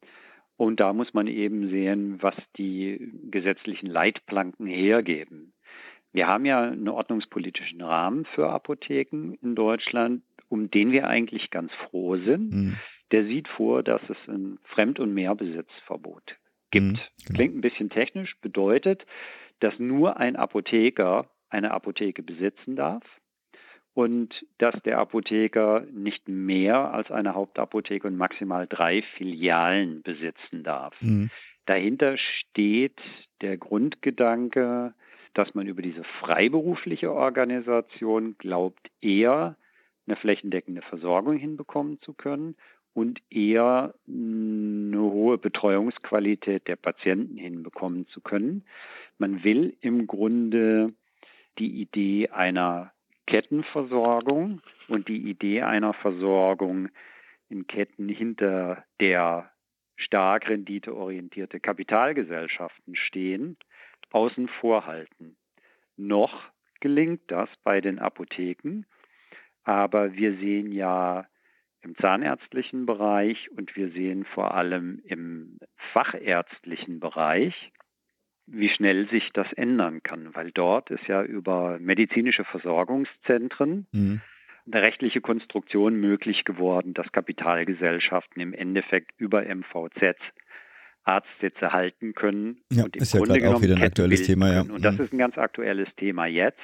Und da muss man eben sehen, was die gesetzlichen Leitplanken hergeben. Wir haben ja einen ordnungspolitischen Rahmen für Apotheken in Deutschland, um den wir eigentlich ganz froh sind. Der sieht vor, dass es ein Fremd- und Mehrbesitzverbot gibt. Klingt ein bisschen technisch, bedeutet, dass nur ein Apotheker eine Apotheke besitzen darf. Und dass der Apotheker nicht mehr als eine Hauptapotheke und maximal 3 Filialen besitzen darf. Dahinter steht der Grundgedanke, dass man über diese freiberufliche Organisation glaubt, eher eine flächendeckende Versorgung hinbekommen zu können und eher eine hohe Betreuungsqualität der Patienten hinbekommen zu können. Man will im Grunde die Idee einer Kettenversorgung und die Idee einer Versorgung in Ketten hinter der stark renditeorientierte Kapitalgesellschaften stehen, außen vor halten. Noch gelingt das bei den Apotheken, aber wir sehen ja im zahnärztlichen Bereich und wir sehen vor allem im fachärztlichen Bereich, wie schnell sich das ändern kann, weil dort ist ja über medizinische Versorgungszentren eine rechtliche Konstruktion möglich geworden, dass Kapitalgesellschaften im Endeffekt über MVZ Arztsitze halten können und im Grunde genommen auch wieder ein aktuelles Thema, ja. Und das ist ein ganz aktuelles Thema jetzt.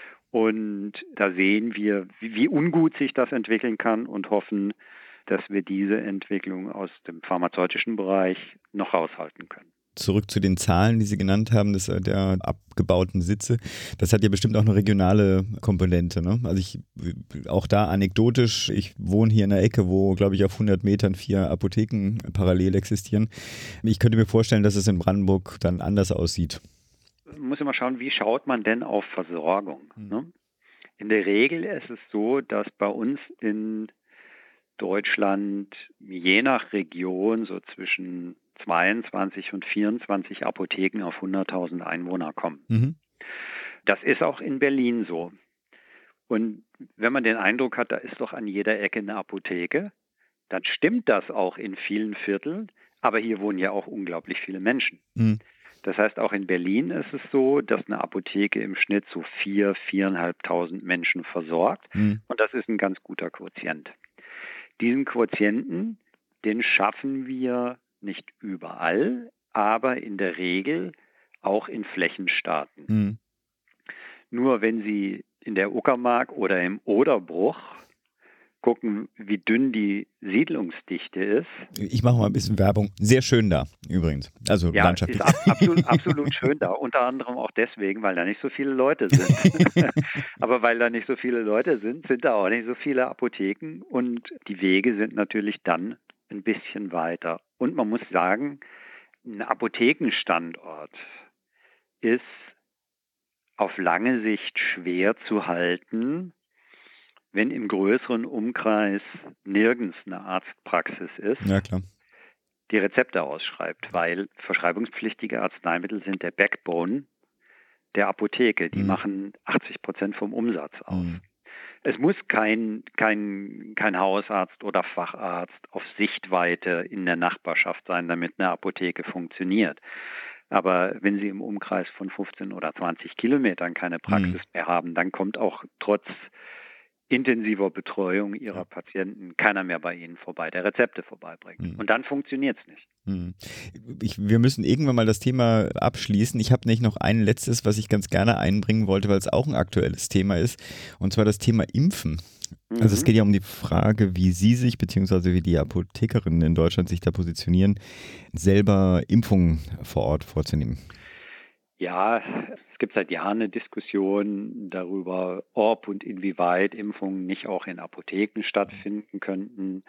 Und da sehen wir, wie ungut sich das entwickeln kann und hoffen, dass wir diese Entwicklung aus dem pharmazeutischen Bereich noch raushalten können. Zurück zu den Zahlen, die Sie genannt haben, der abgebauten Sitze. Das hat ja bestimmt auch eine regionale Komponente, ne? Also auch da anekdotisch, ich wohne hier in einer Ecke, wo, glaube ich, auf 100 Metern 4 Apotheken parallel existieren. Ich könnte mir vorstellen, dass es in Brandenburg dann anders aussieht. Man muss immer schauen, wie schaut man denn auf Versorgung? Ne? In der Regel ist es so, dass bei uns in Deutschland je nach Region so zwischen 22 und 24 Apotheken auf 100.000 Einwohner kommen. Mhm. Das ist auch in Berlin so. Und wenn man den Eindruck hat, da ist doch an jeder Ecke eine Apotheke, dann stimmt das auch in vielen Vierteln, aber hier wohnen ja auch unglaublich viele Menschen. Mhm. Das heißt, auch in Berlin ist es so, dass eine Apotheke im Schnitt so 4.500 Menschen versorgt. Mhm. Und das ist ein ganz guter Quotient. Diesen Quotienten, den schaffen wir nicht überall, aber in der Regel auch in Flächenstaaten. Mhm. Nur wenn Sie in der Uckermark oder im Oderbruch gucken, wie dünn die Siedlungsdichte ist. Ich mache mal ein bisschen Werbung. Sehr schön da, übrigens. Also Ja, landschaftlich. Ist absolut schön da. Unter anderem auch deswegen, weil da nicht so viele Leute sind. Aber weil da nicht so viele Leute sind, sind da auch nicht so viele Apotheken. Und die Wege sind natürlich dann ein bisschen weiter. Und man muss sagen, ein Apothekenstandort ist auf lange Sicht schwer zu halten, wenn im größeren Umkreis nirgends eine Arztpraxis ist, Ja, klar. die Rezepte ausschreibt, weil verschreibungspflichtige Arzneimittel sind der Backbone der Apotheke. Die machen 80% vom Umsatz aus. Es muss kein Hausarzt oder Facharzt auf Sichtweite in der Nachbarschaft sein, damit eine Apotheke funktioniert. Aber wenn Sie im Umkreis von 15 oder 20 Kilometern keine Praxis mehr haben, dann kommt auch trotz intensiver Betreuung Ihrer Patienten keiner mehr bei Ihnen vorbei, der Rezepte vorbeibringt. Und dann funktioniert es nicht. Wir müssen irgendwann mal das Thema abschließen. Ich habe nicht noch ein letztes, was ich ganz gerne einbringen wollte, weil es auch ein aktuelles Thema ist, und zwar das Thema Impfen. Also es geht ja um die Frage, wie Sie sich, beziehungsweise wie die Apothekerinnen in Deutschland sich da positionieren, selber Impfungen vor Ort vorzunehmen. Ja, es gibt seit Jahren eine Diskussion darüber, ob und inwieweit Impfungen nicht auch in Apotheken stattfinden könnten.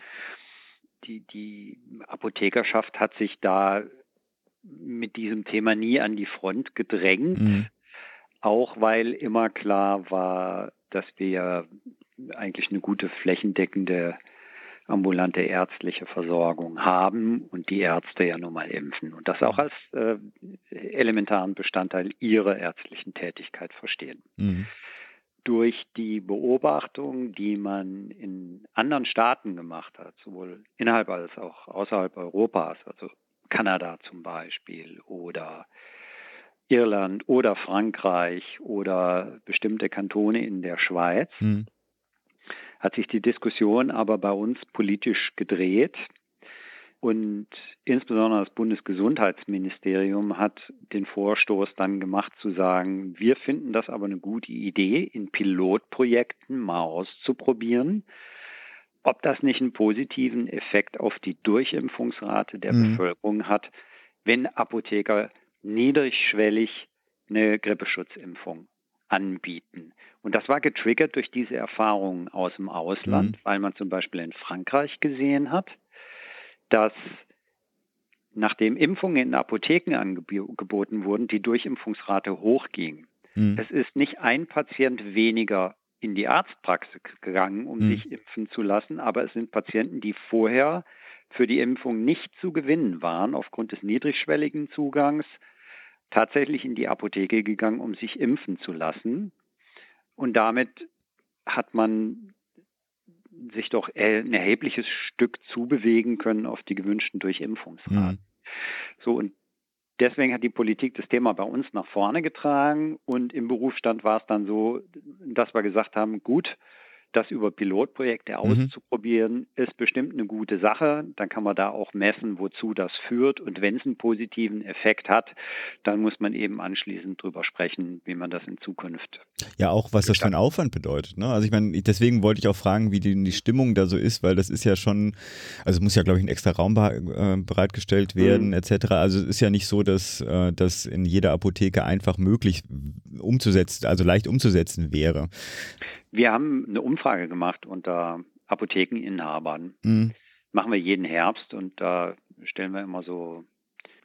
Die Apothekerschaft hat sich da mit diesem Thema nie an die Front gedrängt, auch weil immer klar war, dass wir eigentlich eine gute flächendeckende ambulante ärztliche Versorgung haben und die Ärzte ja nun mal impfen und das auch als elementaren Bestandteil ihrer ärztlichen Tätigkeit verstehen. Durch die Beobachtung, die man in anderen Staaten gemacht hat, sowohl innerhalb als auch außerhalb Europas, also Kanada zum Beispiel oder Irland oder Frankreich oder bestimmte Kantone in der Schweiz, hat sich die Diskussion aber bei uns politisch gedreht. Und insbesondere das Bundesgesundheitsministerium hat den Vorstoß dann gemacht zu sagen, wir finden das aber eine gute Idee, in Pilotprojekten mal auszuprobieren, ob das nicht einen positiven Effekt auf die Durchimpfungsrate der Bevölkerung hat, wenn Apotheker niedrigschwellig eine Grippeschutzimpfung anbieten. Und das war getriggert durch diese Erfahrungen aus dem Ausland, weil man zum Beispiel in Frankreich gesehen hat, dass nachdem Impfungen in Apotheken angeboten wurden, die Durchimpfungsrate hochging. Es ist nicht ein Patient weniger in die Arztpraxis gegangen, um sich impfen zu lassen, aber es sind Patienten, die vorher für die Impfung nicht zu gewinnen waren, aufgrund des niedrigschwelligen Zugangs, tatsächlich in die Apotheke gegangen, um sich impfen zu lassen. Und damit hat man sich doch ein erhebliches Stück zubewegen können auf die gewünschten Durchimpfungsraten. So, und deswegen hat die Politik das Thema bei uns nach vorne getragen und im Berufsstand war es dann so, dass wir gesagt haben, gut, das über Pilotprojekte auszuprobieren, ist bestimmt eine gute Sache. Dann kann man da auch messen, wozu das führt. Und wenn es einen positiven Effekt hat, dann muss man eben anschließend drüber sprechen, wie man das in Zukunft. Ja, auch was das für ein Aufwand bedeutet. Ne? Also ich meine, deswegen wollte ich auch fragen, wie die Stimmung da so ist, weil das ist ja schon, also es muss ja, glaube ich, ein extra Raum bereitgestellt werden, etc. Also es ist ja nicht so, dass das in jeder Apotheke einfach möglich umzusetzen, also leicht umzusetzen wäre. Wir haben eine Umfrage gemacht unter Apothekeninhabern. Machen wir jeden Herbst und da stellen wir immer so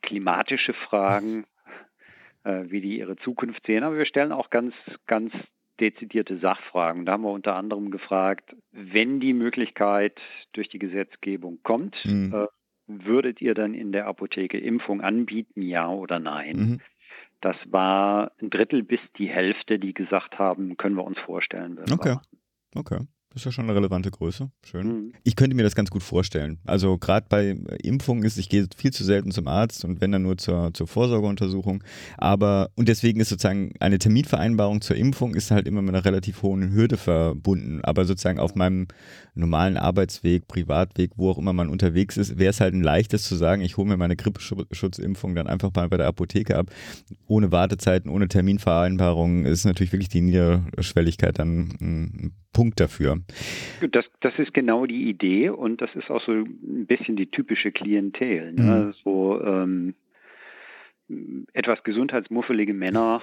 klimatische Fragen, wie die ihre Zukunft sehen. Aber wir stellen auch ganz dezidierte Sachfragen. Da haben wir unter anderem gefragt, wenn die Möglichkeit durch die Gesetzgebung kommt, würdet ihr dann in der Apotheke Impfung anbieten, ja oder nein? Das war ein Drittel bis die Hälfte, die gesagt haben, können wir uns vorstellen. Okay. Das ist ja schon eine relevante Größe. Schön. Ich könnte mir das ganz gut vorstellen. Also gerade bei Impfungen ich gehe viel zu selten zum Arzt und wenn dann nur zur Vorsorgeuntersuchung. Und deswegen ist sozusagen eine Terminvereinbarung zur Impfung ist halt immer mit einer relativ hohen Hürde verbunden. Aber sozusagen auf meinem normalen Arbeitsweg, Privatweg, wo auch immer man unterwegs ist, wäre es halt ein leichtes zu sagen, ich hole mir meine Grippeschutzimpfung dann einfach mal bei der Apotheke ab. Ohne Wartezeiten, ohne Terminvereinbarung ist natürlich wirklich die Niederschwelligkeit dann ein Punkt dafür. Das ist genau die Idee und das ist auch so ein bisschen die typische Klientel. Ne? So etwas gesundheitsmuffelige Männer,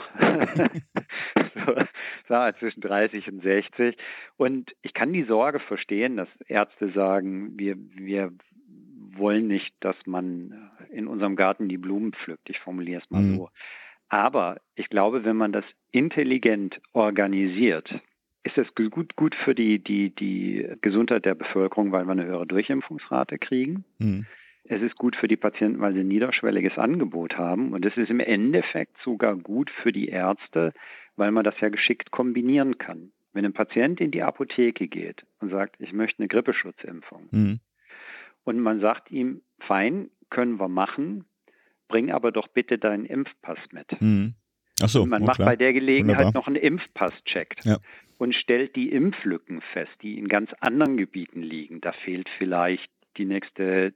so zwischen 30 und 60. Und ich kann die Sorge verstehen, dass Ärzte sagen, wir wollen nicht, dass man in unserem Garten die Blumen pflückt. Ich formuliere es mal so. Aber ich glaube, wenn man das intelligent organisiert, ist es gut für die Gesundheit der Bevölkerung, weil wir eine höhere Durchimpfungsrate kriegen. Es ist gut für die Patienten, weil sie ein niederschwelliges Angebot haben. Und es ist im Endeffekt sogar gut für die Ärzte, weil man das ja geschickt kombinieren kann. Wenn ein Patient in die Apotheke geht und sagt, ich möchte eine Grippeschutzimpfung, und man sagt ihm, fein, können wir machen, bring aber doch bitte deinen Impfpass mit. Ach so, und man macht bei der Gelegenheit noch einen Impfpass-Check. Ja. Und stellt die Impflücken fest, die in ganz anderen Gebieten liegen. Da fehlt vielleicht die nächste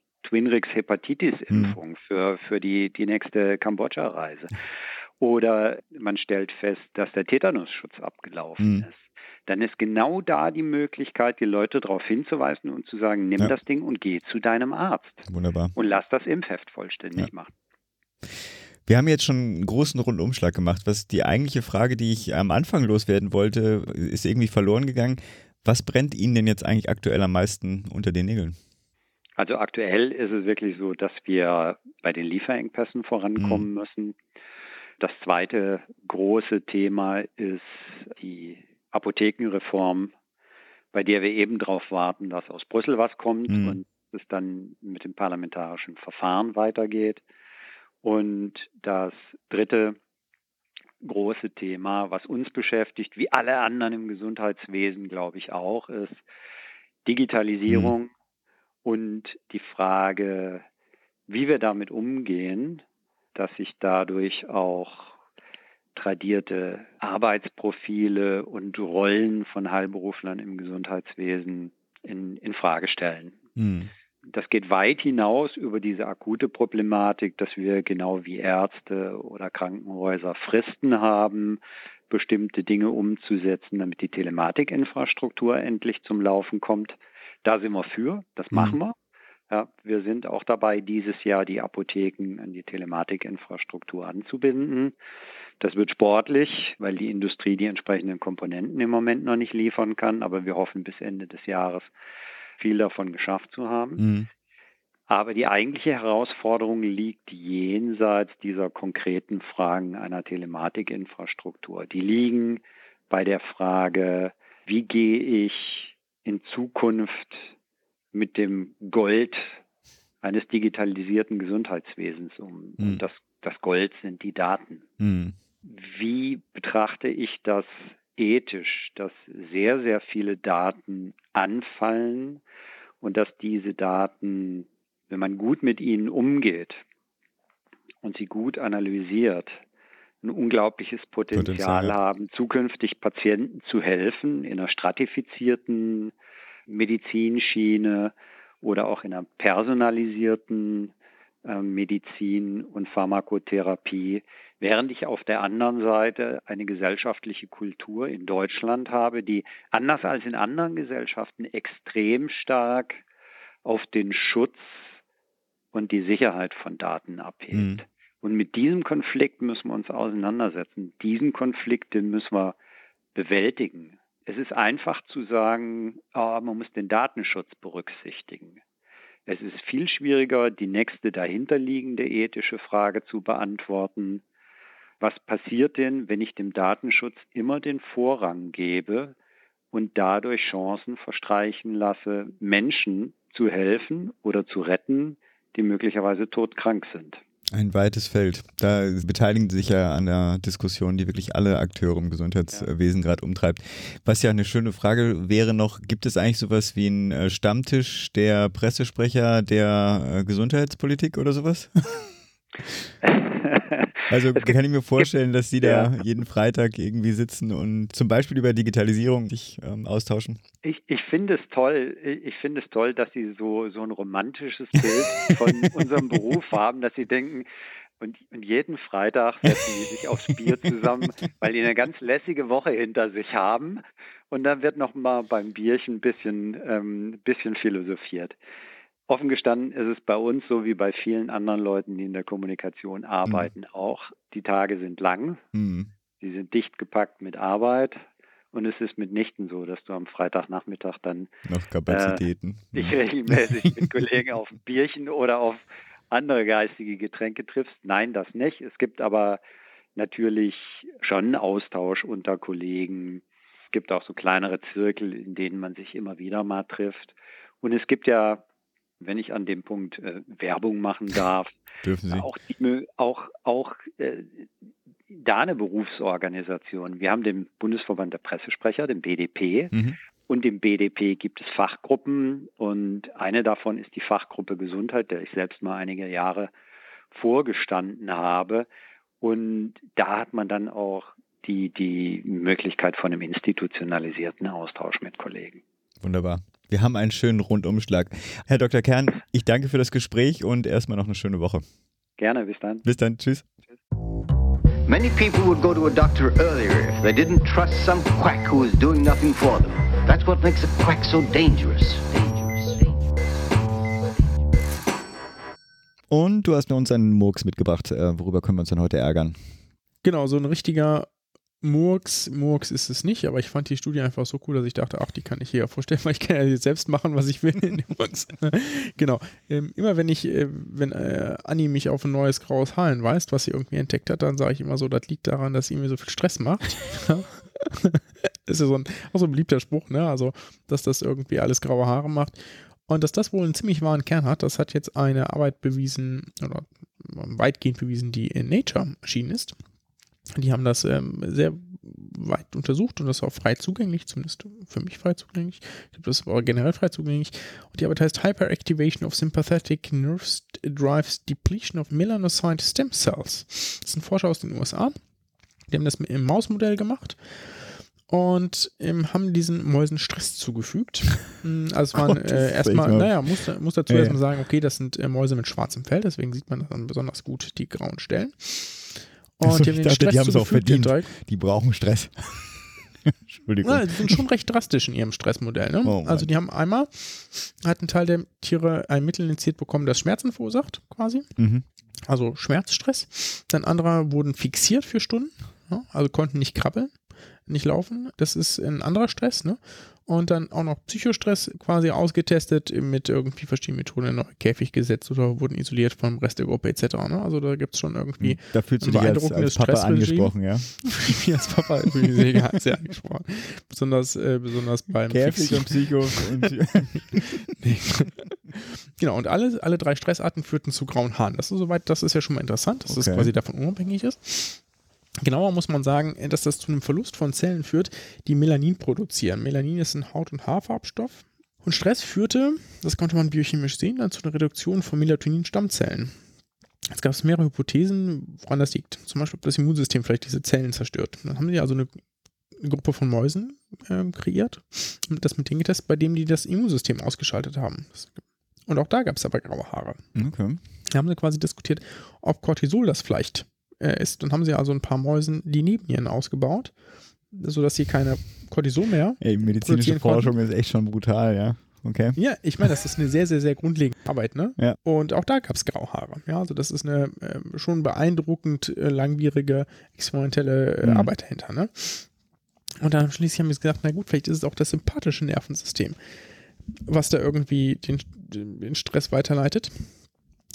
Twinrix-Hepatitis-Impfung für die nächste Kambodscha-Reise. Oder man stellt fest, dass der Tetanusschutz abgelaufen ist. Dann ist genau da die Möglichkeit, die Leute darauf hinzuweisen und zu sagen, nimm das Ding und geh zu deinem Arzt. Wunderbar. Und lass das Impfheft vollständig machen. Wir haben jetzt schon einen großen Rundumschlag gemacht. Was die eigentliche Frage, die ich am Anfang loswerden wollte, ist irgendwie verloren gegangen. Was brennt Ihnen denn jetzt eigentlich aktuell am meisten unter den Nägeln? Also aktuell ist es wirklich so, dass wir bei den Lieferengpässen vorankommen müssen. Das zweite große Thema ist die Apothekenreform, bei der wir eben darauf warten, dass aus Brüssel was kommt und es dann mit dem parlamentarischen Verfahren weitergeht. Und das dritte große Thema, was uns beschäftigt, wie alle anderen im Gesundheitswesen, glaube ich auch, ist Digitalisierung und die Frage, wie wir damit umgehen, dass sich dadurch auch tradierte Arbeitsprofile und Rollen von Heilberuflern im Gesundheitswesen in Frage stellen. Das geht weit hinaus über diese akute Problematik, dass wir genau wie Ärzte oder Krankenhäuser Fristen haben, bestimmte Dinge umzusetzen, damit die Telematikinfrastruktur endlich zum Laufen kommt. Da sind wir für, das machen wir. Ja, wir sind auch dabei, dieses Jahr die Apotheken an die Telematikinfrastruktur anzubinden. Das wird sportlich, weil die Industrie die entsprechenden Komponenten im Moment noch nicht liefern kann, aber wir hoffen bis Ende des Jahres viel davon geschafft zu haben. Aber die eigentliche Herausforderung liegt jenseits dieser konkreten Fragen einer Telematikinfrastruktur. Die liegen bei der Frage, wie gehe ich in Zukunft mit dem Gold eines digitalisierten Gesundheitswesens um. Und das Gold sind die Daten. Wie betrachte ich das ethisch, dass sehr, sehr viele Daten anfallen und dass diese Daten, wenn man gut mit ihnen umgeht und sie gut analysiert, ein unglaubliches Potenzial haben, zukünftig Patienten zu helfen in einer stratifizierten Medizinschiene oder auch in einer personalisierten Medizin und Pharmakotherapie, während ich auf der anderen Seite eine gesellschaftliche Kultur in Deutschland habe, die anders als in anderen Gesellschaften extrem stark auf den Schutz und die Sicherheit von Daten abhebt. Und mit diesem Konflikt müssen wir uns auseinandersetzen. Diesen Konflikt, den müssen wir bewältigen. Es ist einfach zu sagen, man muss den Datenschutz berücksichtigen. Es ist viel schwieriger, die nächste dahinterliegende ethische Frage zu beantworten. Was passiert denn, wenn ich dem Datenschutz immer den Vorrang gebe und dadurch Chancen verstreichen lasse, Menschen zu helfen oder zu retten, die möglicherweise todkrank sind? Ein weites Feld. Da beteiligen sich ja an der Diskussion, die wirklich alle Akteure im Gesundheitswesen gerade umtreibt. Was ja eine schöne Frage wäre noch, gibt es eigentlich sowas wie einen Stammtisch der Pressesprecher der Gesundheitspolitik oder sowas? Also kann ich mir vorstellen, dass die da jeden Freitag irgendwie sitzen und zum Beispiel über Digitalisierung sich austauschen. Ich finde es toll. Ich finde es toll, dass Sie so ein romantisches Bild von unserem Beruf haben, dass Sie denken, und jeden Freitag setzen Sie sich aufs Bier zusammen, weil die eine ganz lässige Woche hinter sich haben. Und dann wird noch mal beim Bierchen ein bisschen philosophiert. Offen gestanden ist es bei uns so wie bei vielen anderen Leuten, die in der Kommunikation arbeiten, auch. Die Tage sind lang, sie sind dicht gepackt mit Arbeit und es ist mitnichten so, dass du am Freitagnachmittag dann noch Kapazitäten. Dich regelmäßig mit Kollegen auf ein Bierchen oder auf andere geistige Getränke triffst. Nein, das nicht. Es gibt aber natürlich schon einen Austausch unter Kollegen. Es gibt auch so kleinere Zirkel, in denen man sich immer wieder mal trifft. Und es gibt ja, wenn ich an dem Punkt Werbung machen darf, dürfen Sie auch da eine Berufsorganisation. Wir haben den Bundesverband der Pressesprecher, den BDP, und im BDP gibt es Fachgruppen und eine davon ist die Fachgruppe Gesundheit, der ich selbst mal einige Jahre vorgestanden habe. Und da hat man dann auch die Möglichkeit von einem institutionalisierten Austausch mit Kollegen. Wunderbar. Wir haben einen schönen Rundumschlag. Herr Dr. Kern, ich danke für das Gespräch und erstmal noch eine schöne Woche. Gerne, bis dann. Bis dann, tschüss. Many people would go to a doctor earlier if they didn't trust some quack who is doing nothing for them. That's what makes a quack so dangerous. Und du hast mir uns einen Murks mitgebracht. Worüber können wir uns denn heute ärgern? Genau, so ein richtiger Murks ist es nicht, aber ich fand die Studie einfach so cool, dass ich dachte, ach, die kann ich hier vorstellen, weil ich kann ja jetzt selbst machen, was ich will. Genau. Immer wenn Anni mich auf ein neues graues Haar hinweist, was sie irgendwie entdeckt hat, dann sage ich immer so, das liegt daran, dass sie mir so viel Stress macht. Das ist ja auch so ein beliebter Spruch, ne? Also, dass das irgendwie alles graue Haare macht. Und dass das wohl einen ziemlich wahren Kern hat, das hat jetzt eine Arbeit bewiesen, oder weitgehend bewiesen, die in Nature erschienen ist. Die haben das sehr weit untersucht und das ist auch frei zugänglich, zumindest für mich frei zugänglich. Ich glaube, das war generell frei zugänglich. Und die Arbeit heißt Hyperactivation of Sympathetic Nerves Drives Depletion of Melanocyte Stem Cells. Das sind Forscher aus den USA. Die haben das im Mausmodell gemacht und haben diesen Mäusen Stress zugefügt. Also es waren erstmal, muss dazu erstmal sagen, okay, das sind Mäuse mit schwarzem Fell, deswegen sieht man dann besonders gut die grauen Stellen. Und also, die haben es auch verdient. Die brauchen Stress. Entschuldigung. Ja, die sind schon recht drastisch in ihrem Stressmodell. Ne? Oh, also die haben hat ein Teil der Tiere ein Mittel injiziert bekommen, das Schmerzen verursacht, quasi. Also Schmerzstress. Dann andere wurden fixiert für Stunden, ja? Also konnten nicht krabbeln, nicht laufen. Das ist ein anderer Stress, ne? Und dann auch noch Psychostress quasi ausgetestet mit irgendwie verschiedenen Methoden in einen Käfig gesetzt oder wurden isoliert vom Rest der Gruppe etc. Ne? Also da gibt es schon irgendwie da fühlst du dich als Papa angesprochen, ja? Ich als Papa fühle mich sehr angesprochen. Besonders beim Käfig und Psycho. Nee. Genau, und alle drei Stressarten führten zu grauen Haaren. Das ist ja schon mal interessant, dass das quasi davon unabhängig ist. Genauer muss man sagen, dass das zu einem Verlust von Zellen führt, die Melanin produzieren. Melanin ist ein Haut- und Haarfarbstoff. Und Stress führte, das konnte man biochemisch sehen, dann zu einer Reduktion von Melatonin-Stammzellen. Jetzt gab es mehrere Hypothesen, woran das liegt. Zum Beispiel, ob das Immunsystem vielleicht diese Zellen zerstört. Dann haben sie also eine Gruppe von Mäusen kreiert und das mit denen getestet, bei denen die das Immunsystem ausgeschaltet haben. Und auch da gab es aber graue Haare. Okay. Da haben sie quasi diskutiert, ob Cortisol das vielleicht ist. Dann haben sie also ein paar Mäusen die Nebennieren ausgebaut, sodass sie keine Cortisol mehr medizinische Forschung ist echt schon brutal, ja. Okay. Ja, ich meine, das ist eine sehr, sehr, sehr grundlegende Arbeit, ne? Ja. Und auch da gab es Grauhaare. Ja, also das ist eine schon beeindruckend langwierige experimentelle Arbeit dahinter, ne? Und dann schließlich haben wir gesagt, na gut, vielleicht ist es auch das sympathische Nervensystem, was da irgendwie den Stress weiterleitet.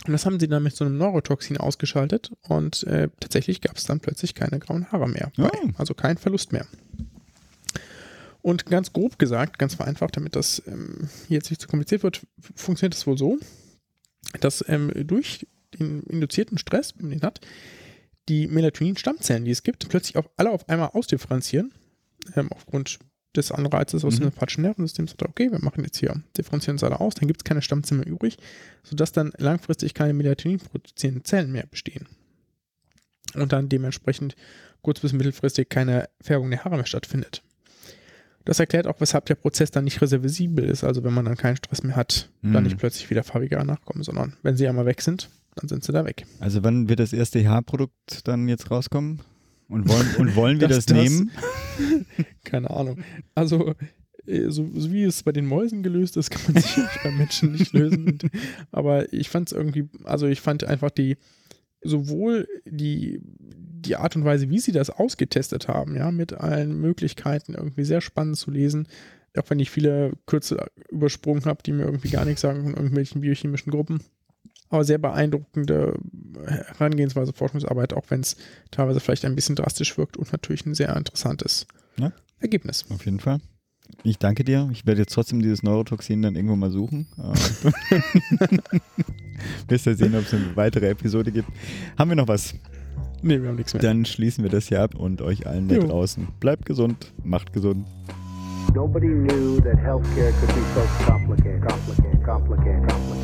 Und das haben sie dann mit so einem Neurotoxin ausgeschaltet und tatsächlich gab es dann plötzlich keine grauen Haare mehr. Oh. Also kein Verlust mehr. Und ganz grob gesagt, ganz vereinfacht, damit das hier jetzt nicht zu kompliziert wird, funktioniert es wohl so, dass durch den induzierten Stress, den man hat, die Melatonin-Stammzellen, die es gibt, plötzlich alle auf einmal ausdifferenzieren, aufgrund des Anreizes aus dem sympathischen Nervensystem. Sagt, okay, wir machen jetzt hier, differenzieren es alle aus, dann gibt es keine Stammzellen mehr übrig, sodass dann langfristig keine Melatonin produzierenden Zellen mehr bestehen. Und dann dementsprechend kurz- bis mittelfristig keine Färbung der Haare mehr stattfindet. Das erklärt auch, weshalb der Prozess dann nicht reversibel ist, also wenn man dann keinen Stress mehr hat, dann nicht plötzlich wieder farbige Haare nachkommen, sondern wenn sie einmal weg sind, dann sind sie da weg. Also wann wird das erste Haarprodukt dann jetzt rauskommen? Und wollen wir das nehmen? Keine Ahnung. Also so wie es bei den Mäusen gelöst ist, kann man sicherlich bei Menschen nicht lösen. Aber ich fand es irgendwie, also ich fand einfach sowohl die Art und Weise, wie sie das ausgetestet haben, ja, mit allen Möglichkeiten irgendwie sehr spannend zu lesen, auch wenn ich viele Kürze übersprungen habe, die mir irgendwie gar nichts sagen von irgendwelchen biochemischen Gruppen. Aber sehr beeindruckende Herangehensweise, Forschungsarbeit, auch wenn es teilweise vielleicht ein bisschen drastisch wirkt und natürlich ein sehr interessantes Ergebnis. Auf jeden Fall. Ich danke dir. Ich werde jetzt trotzdem dieses Neurotoxin dann irgendwo mal suchen. Bis wir sehen, ob es eine weitere Episode gibt. Haben wir noch was? Nee, wir haben nichts mehr. Dann schließen wir das hier ab und euch allen da draußen. Bleibt gesund, macht gesund. Nobody knew that healthcare could be so complicated.